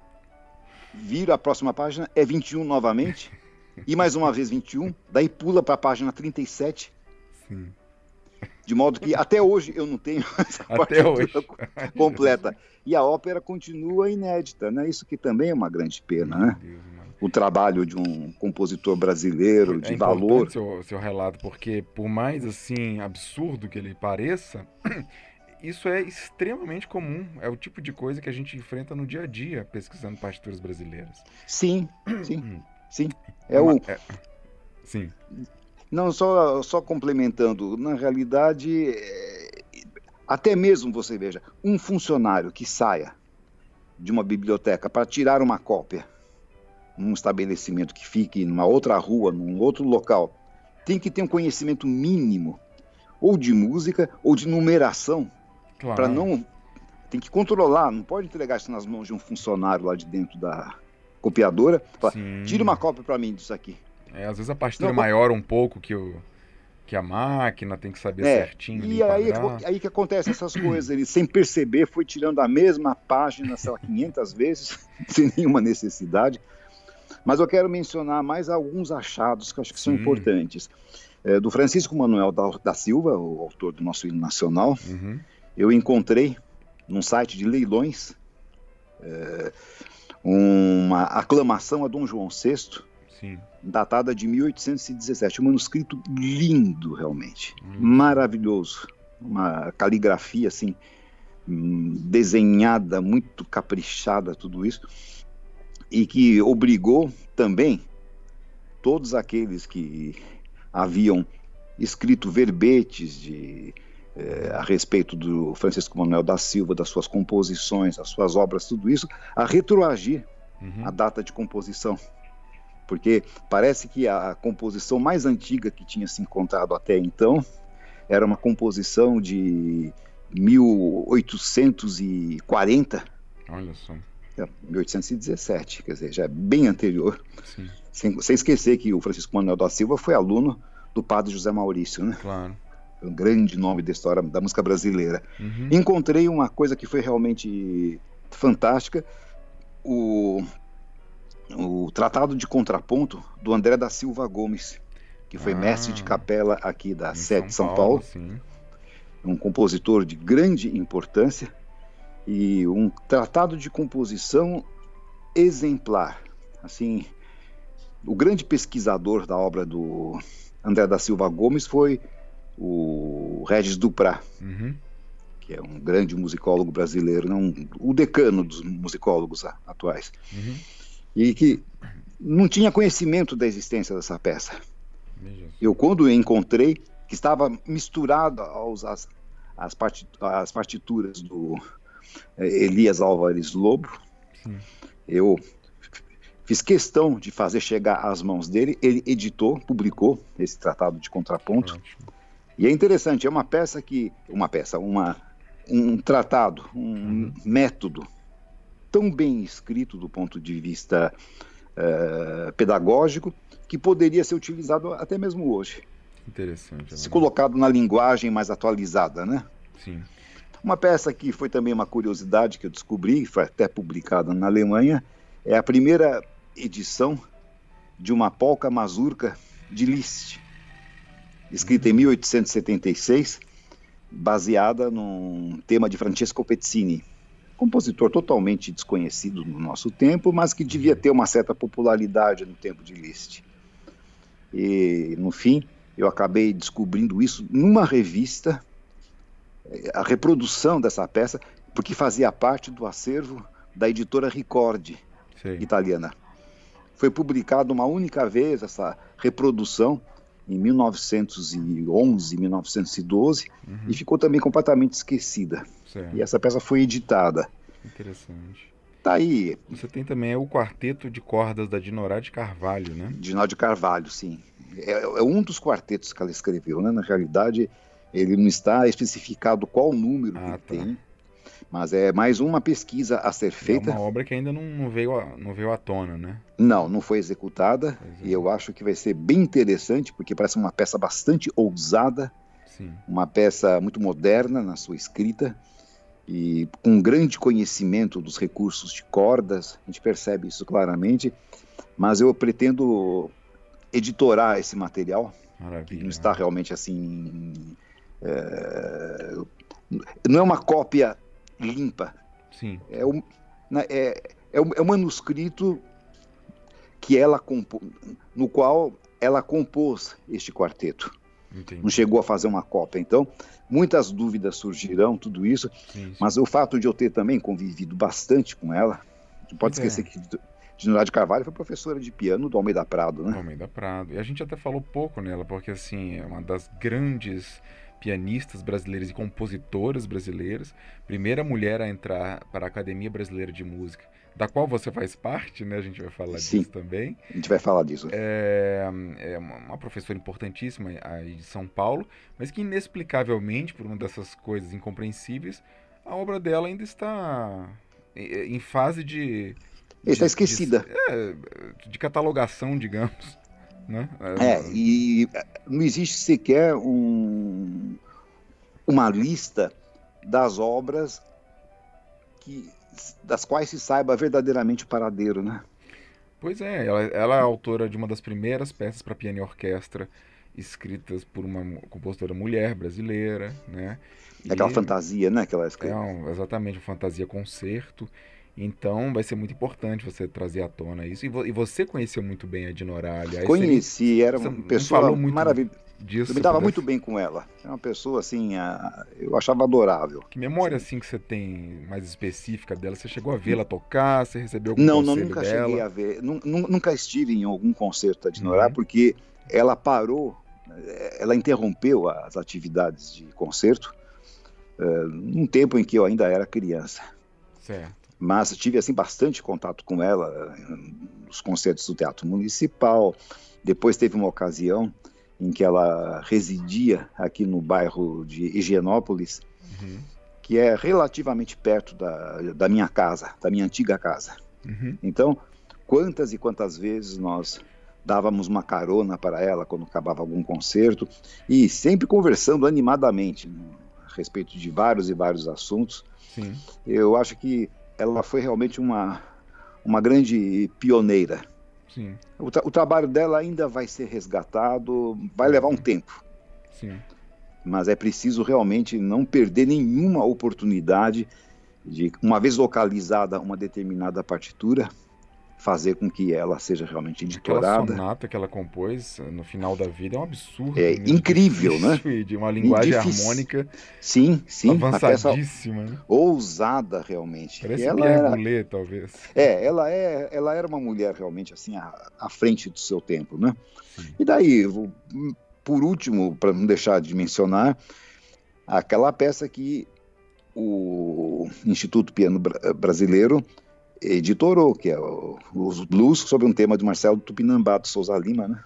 Viro a próxima página, é vinte e um novamente. E mais uma vez vinte e um. Daí pula para a página trinta e sete. Sim. De modo que até hoje eu não tenho essa até partitura hoje. completa. E a ópera continua inédita, né? Isso que também é uma grande pena, Meu né? Deus, mano. O trabalho de um compositor brasileiro, de é valor. É seu, seu relato, porque por mais assim absurdo que ele pareça, isso é extremamente comum. É o tipo de coisa que a gente enfrenta no dia a dia pesquisando partituras brasileiras. Sim, sim, sim. É, é o... Uma, é... Sim. Não, só, só complementando, na realidade, é... até mesmo você veja, um funcionário que saia de uma biblioteca para tirar uma cópia num estabelecimento que fique numa outra rua, num outro local, tem que ter um conhecimento mínimo, ou de música, ou de numeração, claro. Para não... Tem que controlar, não pode entregar isso nas mãos de um funcionário lá de dentro da copiadora. Fala, tira uma cópia para mim disso aqui. É, às vezes a partitura não, é maior um pouco que, o, que a máquina, tem que saber é, certinho. E aí, aí que acontece essas coisas, ele sem perceber foi tirando a mesma página, sei lá, quinhentas vezes, sem nenhuma necessidade. Mas eu quero mencionar mais alguns achados que eu acho que Sim. são importantes. É, do Francisco Manuel da, da Silva, o autor do nosso hino nacional, uhum. eu encontrei num site de leilões é, uma aclamação a Dom João sexto, Sim. datada de mil oitocentos e dezessete, um manuscrito lindo realmente, hum. maravilhoso, uma caligrafia assim hum, desenhada, muito caprichada, tudo isso, e que obrigou também todos aqueles que haviam escrito verbetes de, eh, a respeito do Francisco Manuel da Silva, das suas composições, das suas obras, tudo isso, a retroagir uhum. a data de composição. Porque parece que a composição mais antiga que tinha se encontrado até então era uma composição de mil oitocentos e quarenta. Olha só. mil oitocentos e dezessete, quer dizer, já é bem anterior. Sim. Sem, sem esquecer que o Francisco Manuel da Silva foi aluno do padre José Maurício, né? Claro. Um grande nome da história da música brasileira. Uhum. Encontrei uma coisa que foi realmente fantástica, o, o Tratado de Contraponto do André da Silva Gomes, que foi ah, mestre de capela aqui da Sé de São Paulo, São Paulo. Um compositor de grande importância, e um tratado de composição exemplar. Assim, o grande pesquisador da obra do André da Silva Gomes foi o Regis Duprat, uhum. que é um grande musicólogo brasileiro, não, o decano dos musicólogos atuais, uhum. e que não tinha conhecimento da existência dessa peça. Eu, quando encontrei, que estava misturada aos, as, as, part, as partituras do Elias Álvares Lobo, sim. eu fiz questão de fazer chegar às mãos dele. Ele editou, publicou esse tratado de contraponto. Ótimo. E é interessante, é uma peça que, uma peça, uma, um tratado, um uhum. método tão bem escrito do ponto de vista uh, pedagógico, que poderia ser utilizado até mesmo hoje. Interessante. Se colocado na linguagem mais atualizada, né? Sim. Uma peça que foi também uma curiosidade que eu descobri, foi até publicada na Alemanha, é a primeira edição de uma polca mazurca de Liszt, escrita uhum. em mil oitocentos e setenta e seis, baseada num tema de Francesco Pezzini, compositor totalmente desconhecido no nosso tempo, mas que devia ter uma certa popularidade no tempo de Liszt. E, no fim, eu acabei descobrindo isso numa revista, a reprodução dessa peça, porque fazia parte do acervo da editora Ricordi, Sim. italiana. Foi publicado uma única vez essa reprodução, em mil novecentos e onze, mil novecentos e doze, uhum. e ficou também completamente esquecida. Certo. E essa peça foi editada. Interessante. Tá aí. Você tem também o quarteto de cordas da Dinorá de Carvalho, né? Dinorá de Carvalho, sim. É, é um dos quartetos que ela escreveu, né? Na realidade, ele não está especificado qual número ah, que tá. tem, mas é mais uma pesquisa a ser feita. É uma obra que ainda não, não, veio, a, não veio à tona, né? Não, não foi executada, é. E eu acho que vai ser bem interessante, porque parece uma peça bastante ousada, Sim. uma peça muito moderna na sua escrita, e com um grande conhecimento dos recursos de cordas, a gente percebe isso claramente, mas eu pretendo editorar esse material, Maravilha, que não está realmente assim... É, não é uma cópia limpa. Sim. É um, é, é um, é um manuscrito que ela compo, no qual ela compôs este quarteto. Entendi. Não chegou a fazer uma cópia. Então, muitas dúvidas surgirão, tudo isso, sim, sim. Mas o fato de eu ter também convivido bastante com ela, não pode é. esquecer que Dinorá de Carvalho foi professora de piano do Almeida Prado, né? Do Almeida Prado. E a gente até falou pouco nela, porque assim, é uma das grandes pianistas brasileiras e compositoras brasileiras, primeira mulher a entrar para a Academia Brasileira de Música, da qual você faz parte, né? A gente vai falar Sim, disso também. A gente vai falar disso. É, é uma professora importantíssima aí de São Paulo, mas que inexplicavelmente, por uma dessas coisas incompreensíveis, a obra dela ainda está em fase de... de está esquecida. De, é, de catalogação, digamos. Né? É, e não existe sequer um, uma lista das obras que, das quais se saiba verdadeiramente o paradeiro, né? Pois é, ela, ela é autora de uma das primeiras peças para piano e orquestra escritas por uma compositora mulher brasileira, né? E aquela fantasia, né, que ela escreveu. É um, exatamente, uma fantasia concerto. Então vai ser muito importante você trazer à tona isso. E, vo- e você conheceu muito bem a Dinorá, aliás. Conheci, seria, era uma pessoa muito, maravilhosa. disso. Eu me dava pudesse... muito bem com ela. É uma pessoa, assim, a... eu achava adorável. Que memória, assim, que você tem mais específica dela? Você chegou a vê-la tocar? Você recebeu algum não, conselho não, nunca dela? cheguei a ver. Nunca estive em algum concerto da Dinorah, uhum. porque ela parou, ela interrompeu as atividades de concerto uh, num tempo em que eu ainda era criança. Certo. Mas tive, assim, bastante contato com ela nos concertos do Teatro Municipal. Depois teve uma ocasião em que ela residia aqui no bairro de Higienópolis, uhum. que é relativamente perto da, da minha casa, da minha antiga casa. Uhum. Então, quantas e quantas vezes nós dávamos uma carona para ela quando acabava algum concerto, e sempre conversando animadamente, né, a respeito de vários e vários assuntos. Sim. Eu acho que ela foi realmente uma, uma grande pioneira. Sim. O, tra- o trabalho dela ainda vai ser resgatado, vai levar um tempo. Sim. Mas é preciso realmente não perder nenhuma oportunidade de, uma vez localizada uma determinada partitura, fazer com que ela seja realmente editorada. Aquela sonata que ela compôs no final da vida é um absurdo. É incrível, né? De uma linguagem Difícil. harmônica sim, sim, avançadíssima. Né? Ousada, realmente. Parece ela Pierre era... Boulez, talvez. É, ela, é, ela era uma mulher realmente assim, à, à frente do seu tempo, né? Sim. E daí, por último, para não deixar de mencionar, aquela peça que o Instituto Piano Brasileiro editorou, que é o, os blues sobre um tema de Marcelo Tupinambá de Souza Lima, né?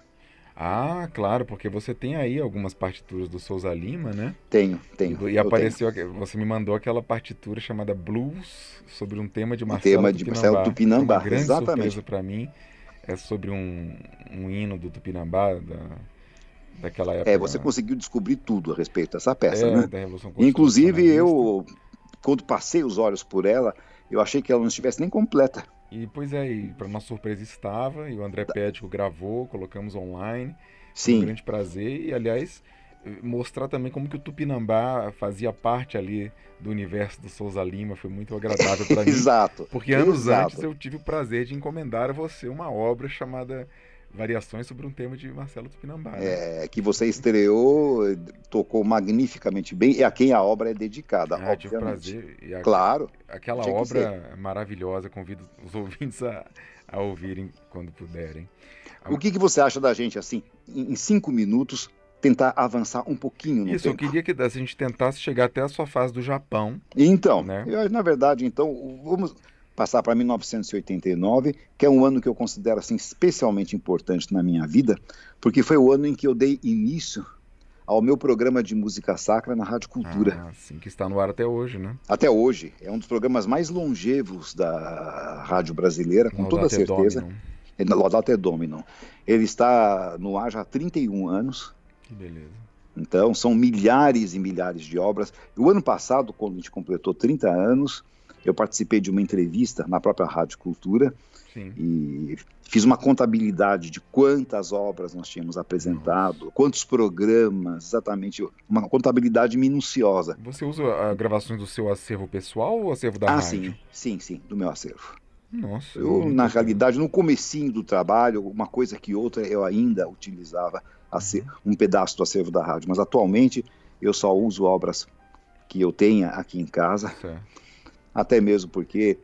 Ah, claro, porque você tem aí algumas partituras do Souza Lima, né? Tenho, tenho. E, e apareceu, tenho. Você me mandou aquela partitura chamada Blues sobre um tema de um Marcelo tema Tupinambá. de Marcelo Tupinambá, uma grande exatamente. surpresa para mim. É sobre um, um hino do Tupinambá, da, daquela época. É, você conseguiu descobrir tudo a respeito dessa peça, é, né? Da Revolução Inclusive, eu, quando passei os olhos por ela, eu achei que ela não estivesse nem completa. E, pois é, e para nossa surpresa estava, e o André Pético gravou, colocamos online. Sim. Foi um grande prazer, e aliás, mostrar também como que o Tupinambá fazia parte ali do universo do Souza Lima, foi muito agradável para mim. Exato. Porque anos Exato. antes eu tive o prazer de encomendar a você uma obra chamada Variações sobre um tema de Marcelo Tupinambá. Né? É, que você estreou, tocou magnificamente bem, e a quem a obra é dedicada, ah, obviamente. Tive o prazer. E a, claro. Aquela obra maravilhosa, convido os ouvintes a, a ouvirem quando puderem. O que, que você acha da gente, assim, em cinco minutos, tentar avançar um pouquinho no Isso, tempo? eu queria que a gente tentasse chegar até a sua fase do Japão. Então, né? eu, na verdade, então, vamos passar para mil novecentos e oitenta e nove, que é um ano que eu considero, assim, especialmente importante na minha vida, porque foi o ano em que eu dei início ao meu programa de música sacra na Rádio Cultura. Ah, sim, que está no ar até hoje, né? Até hoje. É um dos programas mais longevos da rádio brasileira, com toda certeza. Laudate Domino. Ele está no ar já há trinta e um anos. Que beleza. Então, são milhares e milhares de obras. O ano passado, quando a gente completou trinta anos, eu participei de uma entrevista na própria Rádio Cultura. Sim. E fiz uma contabilidade de quantas obras nós tínhamos apresentado, Nossa. quantos programas, exatamente, uma contabilidade minuciosa. Você usa a gravações do seu acervo pessoal ou acervo da ah, rádio? Ah, sim, sim, sim, do meu acervo. Nossa. Eu, na realidade, no comecinho do trabalho, uma coisa que outra, eu ainda utilizava acervo, um pedaço do acervo da rádio, mas atualmente eu só uso obras que eu tenha aqui em casa, certo. Até mesmo porque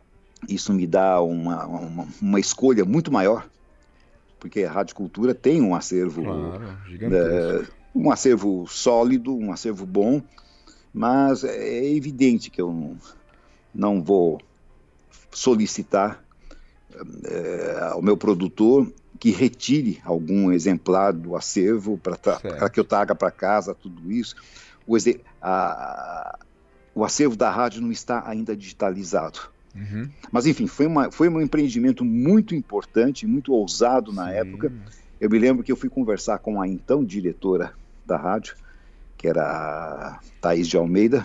isso me dá uma, uma, uma escolha muito maior, porque a Rádio Cultura tem um acervo, claro, gigantesco. É, um acervo sólido, um acervo bom, mas é evidente que eu não, não vou solicitar é, ao meu produtor que retire algum exemplar do acervo para que eu traga para casa tudo isso. O, a, o acervo da rádio não está ainda digitalizado. Uhum. Mas, enfim, foi, uma, foi um empreendimento muito importante, muito ousado na Sim. época. Eu me lembro que eu fui conversar com a então diretora da rádio, que era a Thaís de Almeida,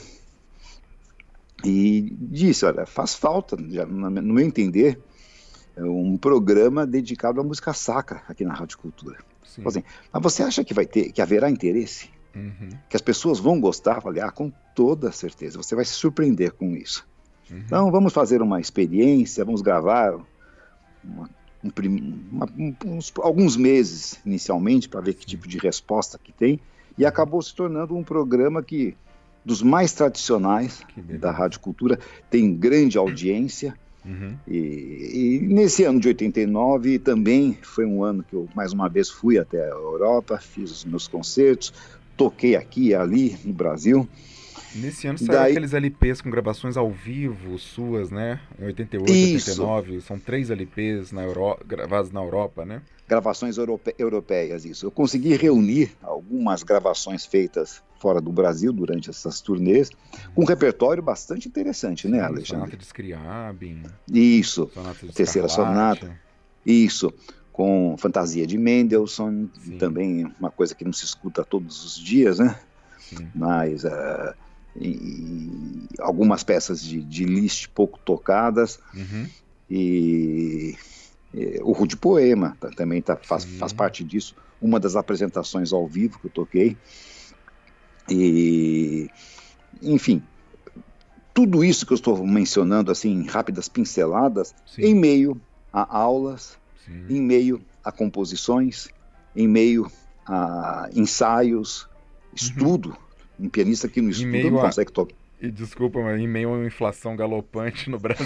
e disse, olha, faz falta, já, no meu entender, um programa dedicado à música sacra aqui na Rádio Cultura. Assim, mas você acha que vai ter, que haverá interesse? Uhum. Que as pessoas vão gostar? Eu falei, ah, com toda certeza, você vai se surpreender com isso. Uhum. Então vamos fazer uma experiência, vamos gravar uma um, uma, uns, alguns meses inicialmente para ver que tipo de resposta que tem, e acabou se tornando um programa que dos mais tradicionais da Rádio Cultura, tem grande audiência. Uhum. E, e nesse ano de oitenta e nove também foi um ano que eu mais uma vez fui até a Europa, fiz os meus concertos, toquei aqui e ali no Brasil. Nesse ano saíram Daí... aqueles L Ps com gravações ao vivo suas, né? Em oitenta e oito, Isso. oitenta e nove, são três L Ps na Euro... gravados na Europa, né? Gravações europe... europeias, isso. Eu consegui reunir algumas gravações feitas fora do Brasil durante essas turnês, com um repertório bastante interessante, né, Alexandre? Sonata de Scriabin. Isso. Sonata de Terceira Scarlatti. Sonata. Isso. Com Fantasia de Mendelssohn, também uma coisa que não se escuta todos os dias, né? Sim. Mas... Uh... E algumas peças de, de Liszt pouco tocadas, uhum. e, e o Rude Poema tá, também tá, faz, faz parte disso, uma das apresentações ao vivo que eu toquei, e enfim, tudo isso que eu estou mencionando assim, em rápidas pinceladas, Sim. em meio a aulas, Sim. em meio a composições, em meio a ensaios, estudo. Uhum. Um pianista que no estudo não consegue tocar. E desculpa, mas em meio a uma inflação galopante no Brasil.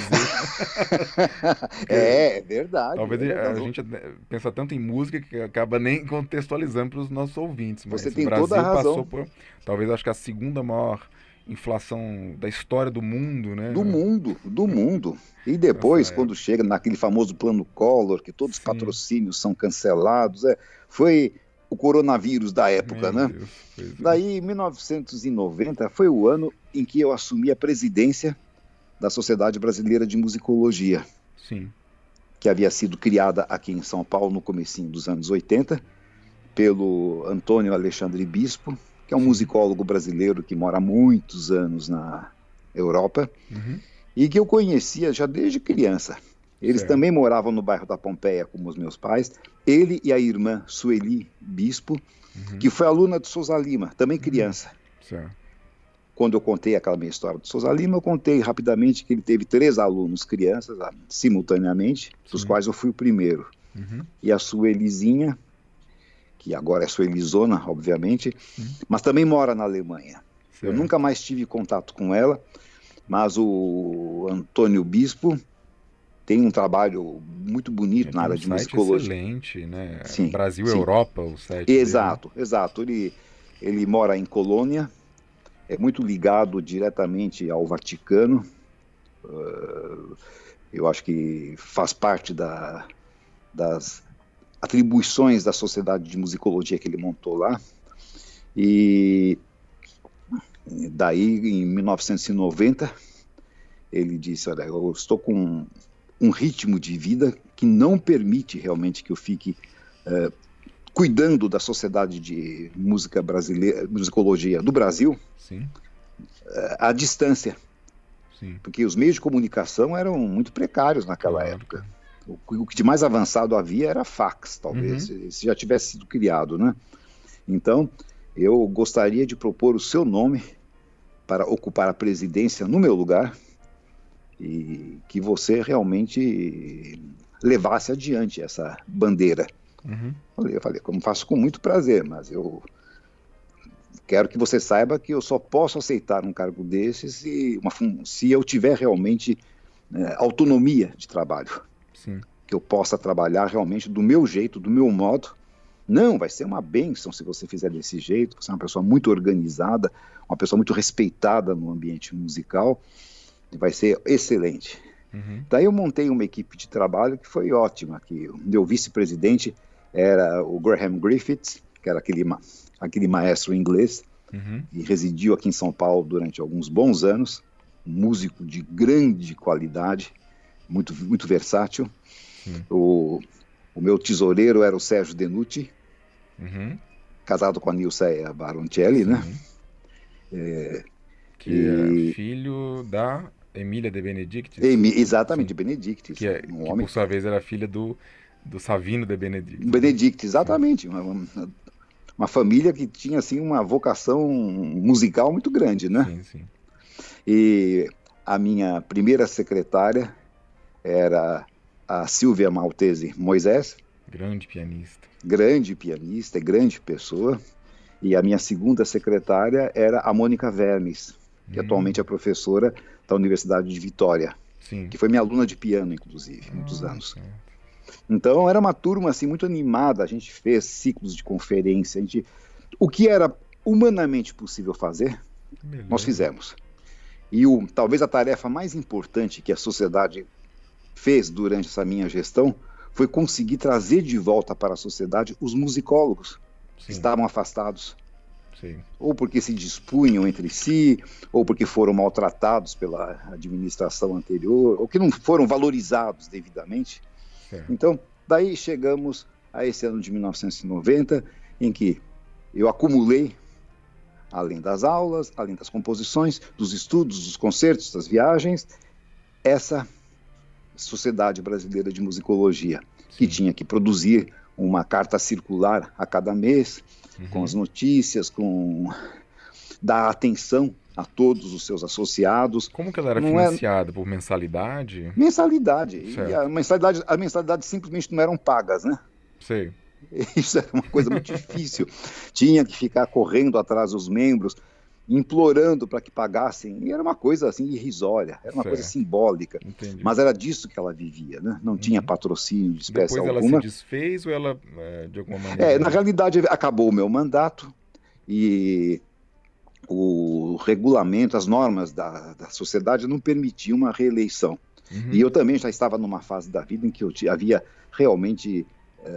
é, é verdade. Talvez é verdade. a gente pensa tanto em música que acaba nem contextualizando para os nossos ouvintes. Mas Você tem o Brasil toda a razão. passou por, talvez, acho que a segunda maior inflação da história do mundo, né? Do mundo, do mundo. E depois, Nossa, quando é. chega naquele famoso plano Collor, que todos Sim. os patrocínios são cancelados, é, foi... o coronavírus da época, Meu né? Deus, Daí, em mil novecentos e noventa, foi o ano em que eu assumi a presidência da Sociedade Brasileira de Musicologia, Sim. que havia sido criada aqui em São Paulo no comecinho dos anos oitenta, pelo Antônio Alexandre Bispo, que é um Sim. musicólogo brasileiro que mora há muitos anos na Europa, uhum. e que eu conhecia já desde criança. Eles certo. também moravam no bairro da Pompeia, como os meus pais. Ele e a irmã Sueli Bispo, uhum. que foi aluna de Souza Lima, também criança. Certo. Quando eu contei aquela minha história de Souza Lima, eu contei rapidamente que ele teve três alunos crianças, simultaneamente, Sim. dos quais eu fui o primeiro. Uhum. E a Suelizinha, que agora é Suelizona, obviamente, uhum. mas também mora na Alemanha. Certo. Eu nunca mais tive contato com ela, mas o Antônio Bispo tem um trabalho muito bonito na área um de musicologia. Excelente, né? Sim, Brasil sim. Europa, o site. Exato, dele. exato. Ele, ele mora em Colônia, é muito ligado diretamente ao Vaticano. Uh, eu acho que faz parte da, das atribuições da Sociedade de Musicologia que ele montou lá. E daí, em mil novecentos e noventa, ele disse, olha, eu estou com um ritmo de vida que não permite realmente que eu fique uh, cuidando da Sociedade de Música Brasileira, Musicologia do Brasil, Sim. Uh, à distância. Sim. Porque os meios de comunicação eram muito precários naquela claro. época. O, o que de mais avançado havia era fax, talvez, uhum. se já tivesse sido criado, né? Então, eu gostaria de propor o seu nome para ocupar a presidência no meu lugar, e que você realmente levasse adiante essa bandeira. Uhum. Eu falei, como faço com muito prazer, mas eu quero que você saiba que eu só posso aceitar um cargo desses se, uma, se eu tiver realmente é, autonomia de trabalho. Sim. Que eu possa trabalhar realmente do meu jeito, do meu modo. Não, vai ser uma bênção se você fizer desse jeito. Você é uma pessoa muito organizada, uma pessoa muito respeitada no ambiente musical. Vai ser excelente. Uhum. Daí eu montei uma equipe de trabalho que foi ótima, que o meu vice-presidente era o Graham Griffiths, que era aquele, aquele maestro inglês, uhum. e residiu aqui em São Paulo durante alguns bons anos, um músico de grande qualidade, muito, muito versátil. O, o meu tesoureiro era o Sérgio Denucci, uhum. casado com a Nilceia Baroncelli, Sim. né? É, que e... é filho da Emília de Benedictis. Emi, exatamente, Sim. de Benedictis. Que, é, um que homem... por sua vez era filha do, do Savino de Benedictis. Benedictis, exatamente. Uma, uma, uma família que tinha assim, uma vocação musical muito grande, né? Sim, sim. E a minha primeira secretária era a Silvia Maltese Moisés. Grande pianista. Grande pianista, grande pessoa. E a minha segunda secretária era a Mônica Vermes, que hum. atualmente é professora da Universidade de Vitória. Sim. Que foi minha aluna de piano, inclusive, ah, muitos anos. Certo. Então, era uma turma assim, muito animada, a gente fez ciclos de conferência, a gente... o que era humanamente possível fazer, Beleza. nós fizemos. E o, talvez a tarefa mais importante que a sociedade fez durante essa minha gestão foi conseguir trazer de volta para a sociedade os musicólogos Sim. que estavam afastados. Sim. Ou porque se dispunham entre si, ou porque foram maltratados pela administração anterior, ou que não foram valorizados devidamente. Certo. Então, daí chegamos a esse ano de mil novecentos e noventa, em que eu acumulei, além das aulas, além das composições, dos estudos, dos concertos, das viagens, essa Sociedade Brasileira de Musicologia, Sim. que tinha que produzir uma carta circular a cada mês, uhum. com as notícias, com dar atenção a todos os seus associados. Como que ela era não financiada? É... Por mensalidade? Mensalidade. E a mensalidade. As mensalidades simplesmente não eram pagas, né? Sei. Isso era uma coisa muito difícil. Tinha que ficar correndo atrás dos membros, implorando para que pagassem. E era uma coisa assim irrisória, era uma certo. coisa simbólica. Entendi. Mas era disso que ela vivia, né? Não uhum. tinha patrocínio de espécie Depois alguma. Depois ela se desfez ou ela, de alguma maneira... É, na realidade, acabou o meu mandato e o regulamento, as normas da, da sociedade não permitiam uma reeleição. Uhum. E eu também já estava numa fase da vida em que eu t- havia realmente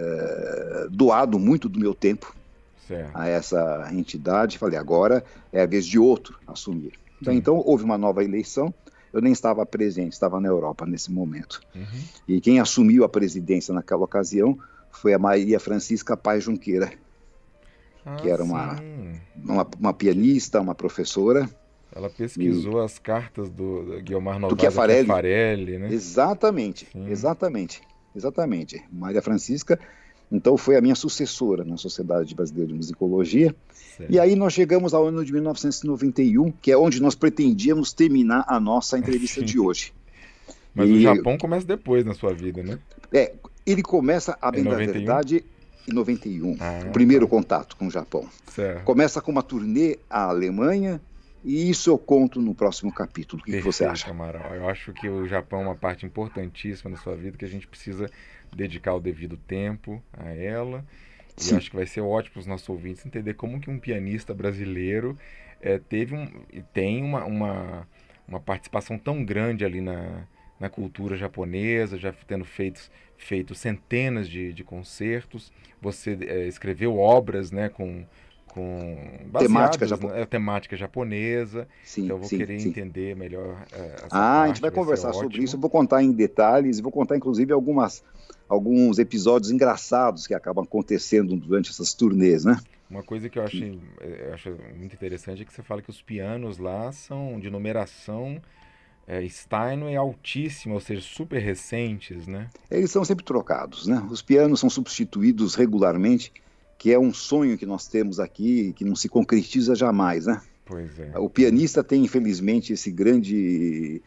é, doado muito do meu tempo certo. a essa entidade. Falei, agora é a vez de outro assumir. Então, então houve uma nova eleição, eu nem estava presente, estava na Europa nesse momento. Uhum. E quem assumiu a presidência naquela ocasião foi a Maria Francisca Paes Junqueira, ah, que era uma, uma, uma pianista, uma professora. Ela pesquisou e... as cartas do, do Guiomar Novaes do Chiafarelli. Chiafarelli, né? Exatamente, Sim. exatamente, exatamente. Maria Francisca, então, foi a minha sucessora na Sociedade Brasileira de Musicologia. Certo. E aí nós chegamos ao ano de mil novecentos e noventa e um, que é onde nós pretendíamos terminar a nossa entrevista de hoje. Mas e... o Japão começa depois na sua vida, né? É, ele começa, a bem da verdade... em noventa e um, ah, o primeiro tá. contato com o Japão. Certo. Começa com uma turnê à Alemanha, e isso eu conto no próximo capítulo. O que, que você acha? Amaral. Eu acho que o Japão é uma parte importantíssima da sua vida, que a gente precisa dedicar o devido tempo a ela. E Sim. acho que vai ser ótimo para os nossos ouvintes entender como que um pianista brasileiro é, teve um, e tem uma, uma, uma participação tão grande ali na, na cultura japonesa, já tendo feito, feito centenas de, de concertos. Você é, escreveu obras, né, com, com temática, baseadas, japo... né, temática japonesa. Sim, então eu vou sim, querer sim. entender melhor é, essa Ah, parte, a gente vai, vai conversar sobre ótimo. isso. Eu vou contar em detalhes, vou contar inclusive algumas, alguns episódios engraçados que acabam acontecendo durante essas turnês, né? Uma coisa que eu acho, eu acho muito interessante é que você fala que os pianos lá são de numeração é, Steinway altíssima, ou seja, super recentes, né? Eles são sempre trocados, né? Os pianos são substituídos regularmente, que é um sonho que nós temos aqui, que não se concretiza jamais, né? Pois é. O pianista tem, infelizmente, esse grande...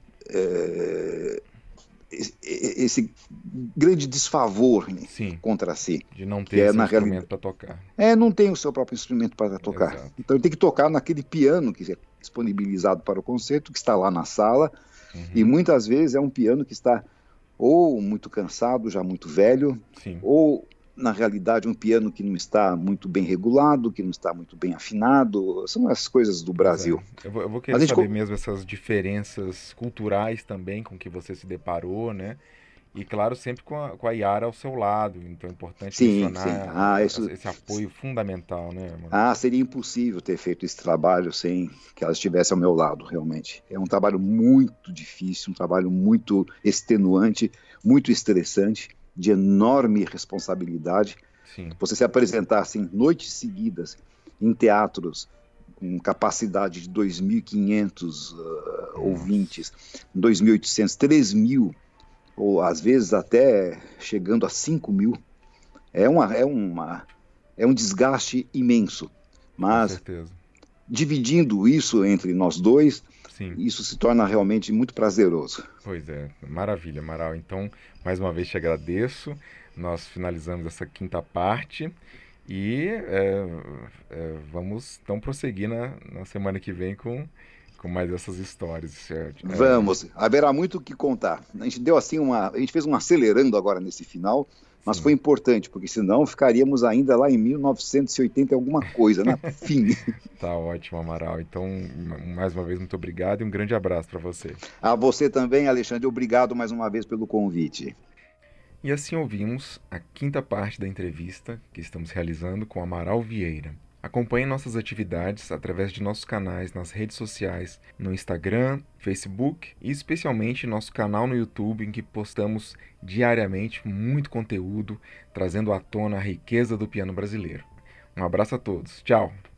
É, esse grande desfavor Sim, contra si. De não ter é, seu na instrumento realidade... para tocar. É, não tem o seu próprio instrumento para tocar. Exato. Então ele tem que tocar naquele piano que é disponibilizado para o concerto, que está lá na sala, uhum. e muitas vezes é um piano que está ou muito cansado, já muito velho, Sim. ou, na realidade, um piano que não está muito bem regulado, que não está muito bem afinado. São as coisas do Brasil. É. Eu, vou, eu vou querer saber gente... mesmo essas diferenças culturais também com que você se deparou, né? E, claro, sempre com a, com a Yara ao seu lado. Então é importante sim, mencionar sim. Ah, isso... esse apoio fundamental, né, mano? Ah, seria impossível ter feito esse trabalho sem que ela estivesse ao meu lado, realmente. É um trabalho muito difícil, um trabalho muito extenuante, muito estressante, de enorme responsabilidade. Sim. Você se apresentar assim, noites seguidas em teatros com capacidade de dois mil e quinhentos uh, ouvintes, dois mil e oitocentos, três mil, ou às vezes até chegando a cinco mil, é, uma, é, uma, é um desgaste imenso. Mas, com certeza. Dividindo isso entre nós dois, Sim. Isso se torna realmente muito prazeroso. Pois é, maravilha, Amaral. Então, mais uma vez te agradeço. Nós finalizamos essa quinta parte e é, é, vamos então prosseguir na, na semana que vem com, com mais essas histórias. É, Vamos, haverá muito o que contar. A gente deu assim uma, a gente fez um acelerando agora nesse final, mas sim, foi importante, porque senão ficaríamos ainda lá em mil novecentos e oitenta alguma coisa, né? Fim. Tá ótimo, Amaral. Então, mais uma vez, muito obrigado e um grande abraço para você. A você também, Alexandre. Obrigado mais uma vez pelo convite. E assim ouvimos a quinta parte da entrevista que estamos realizando com Amaral Vieira. Acompanhe nossas atividades através de nossos canais nas redes sociais, no Instagram, Facebook e especialmente nosso canal no YouTube, em que postamos diariamente muito conteúdo, trazendo à tona a riqueza do piano brasileiro. Um abraço a todos. Tchau!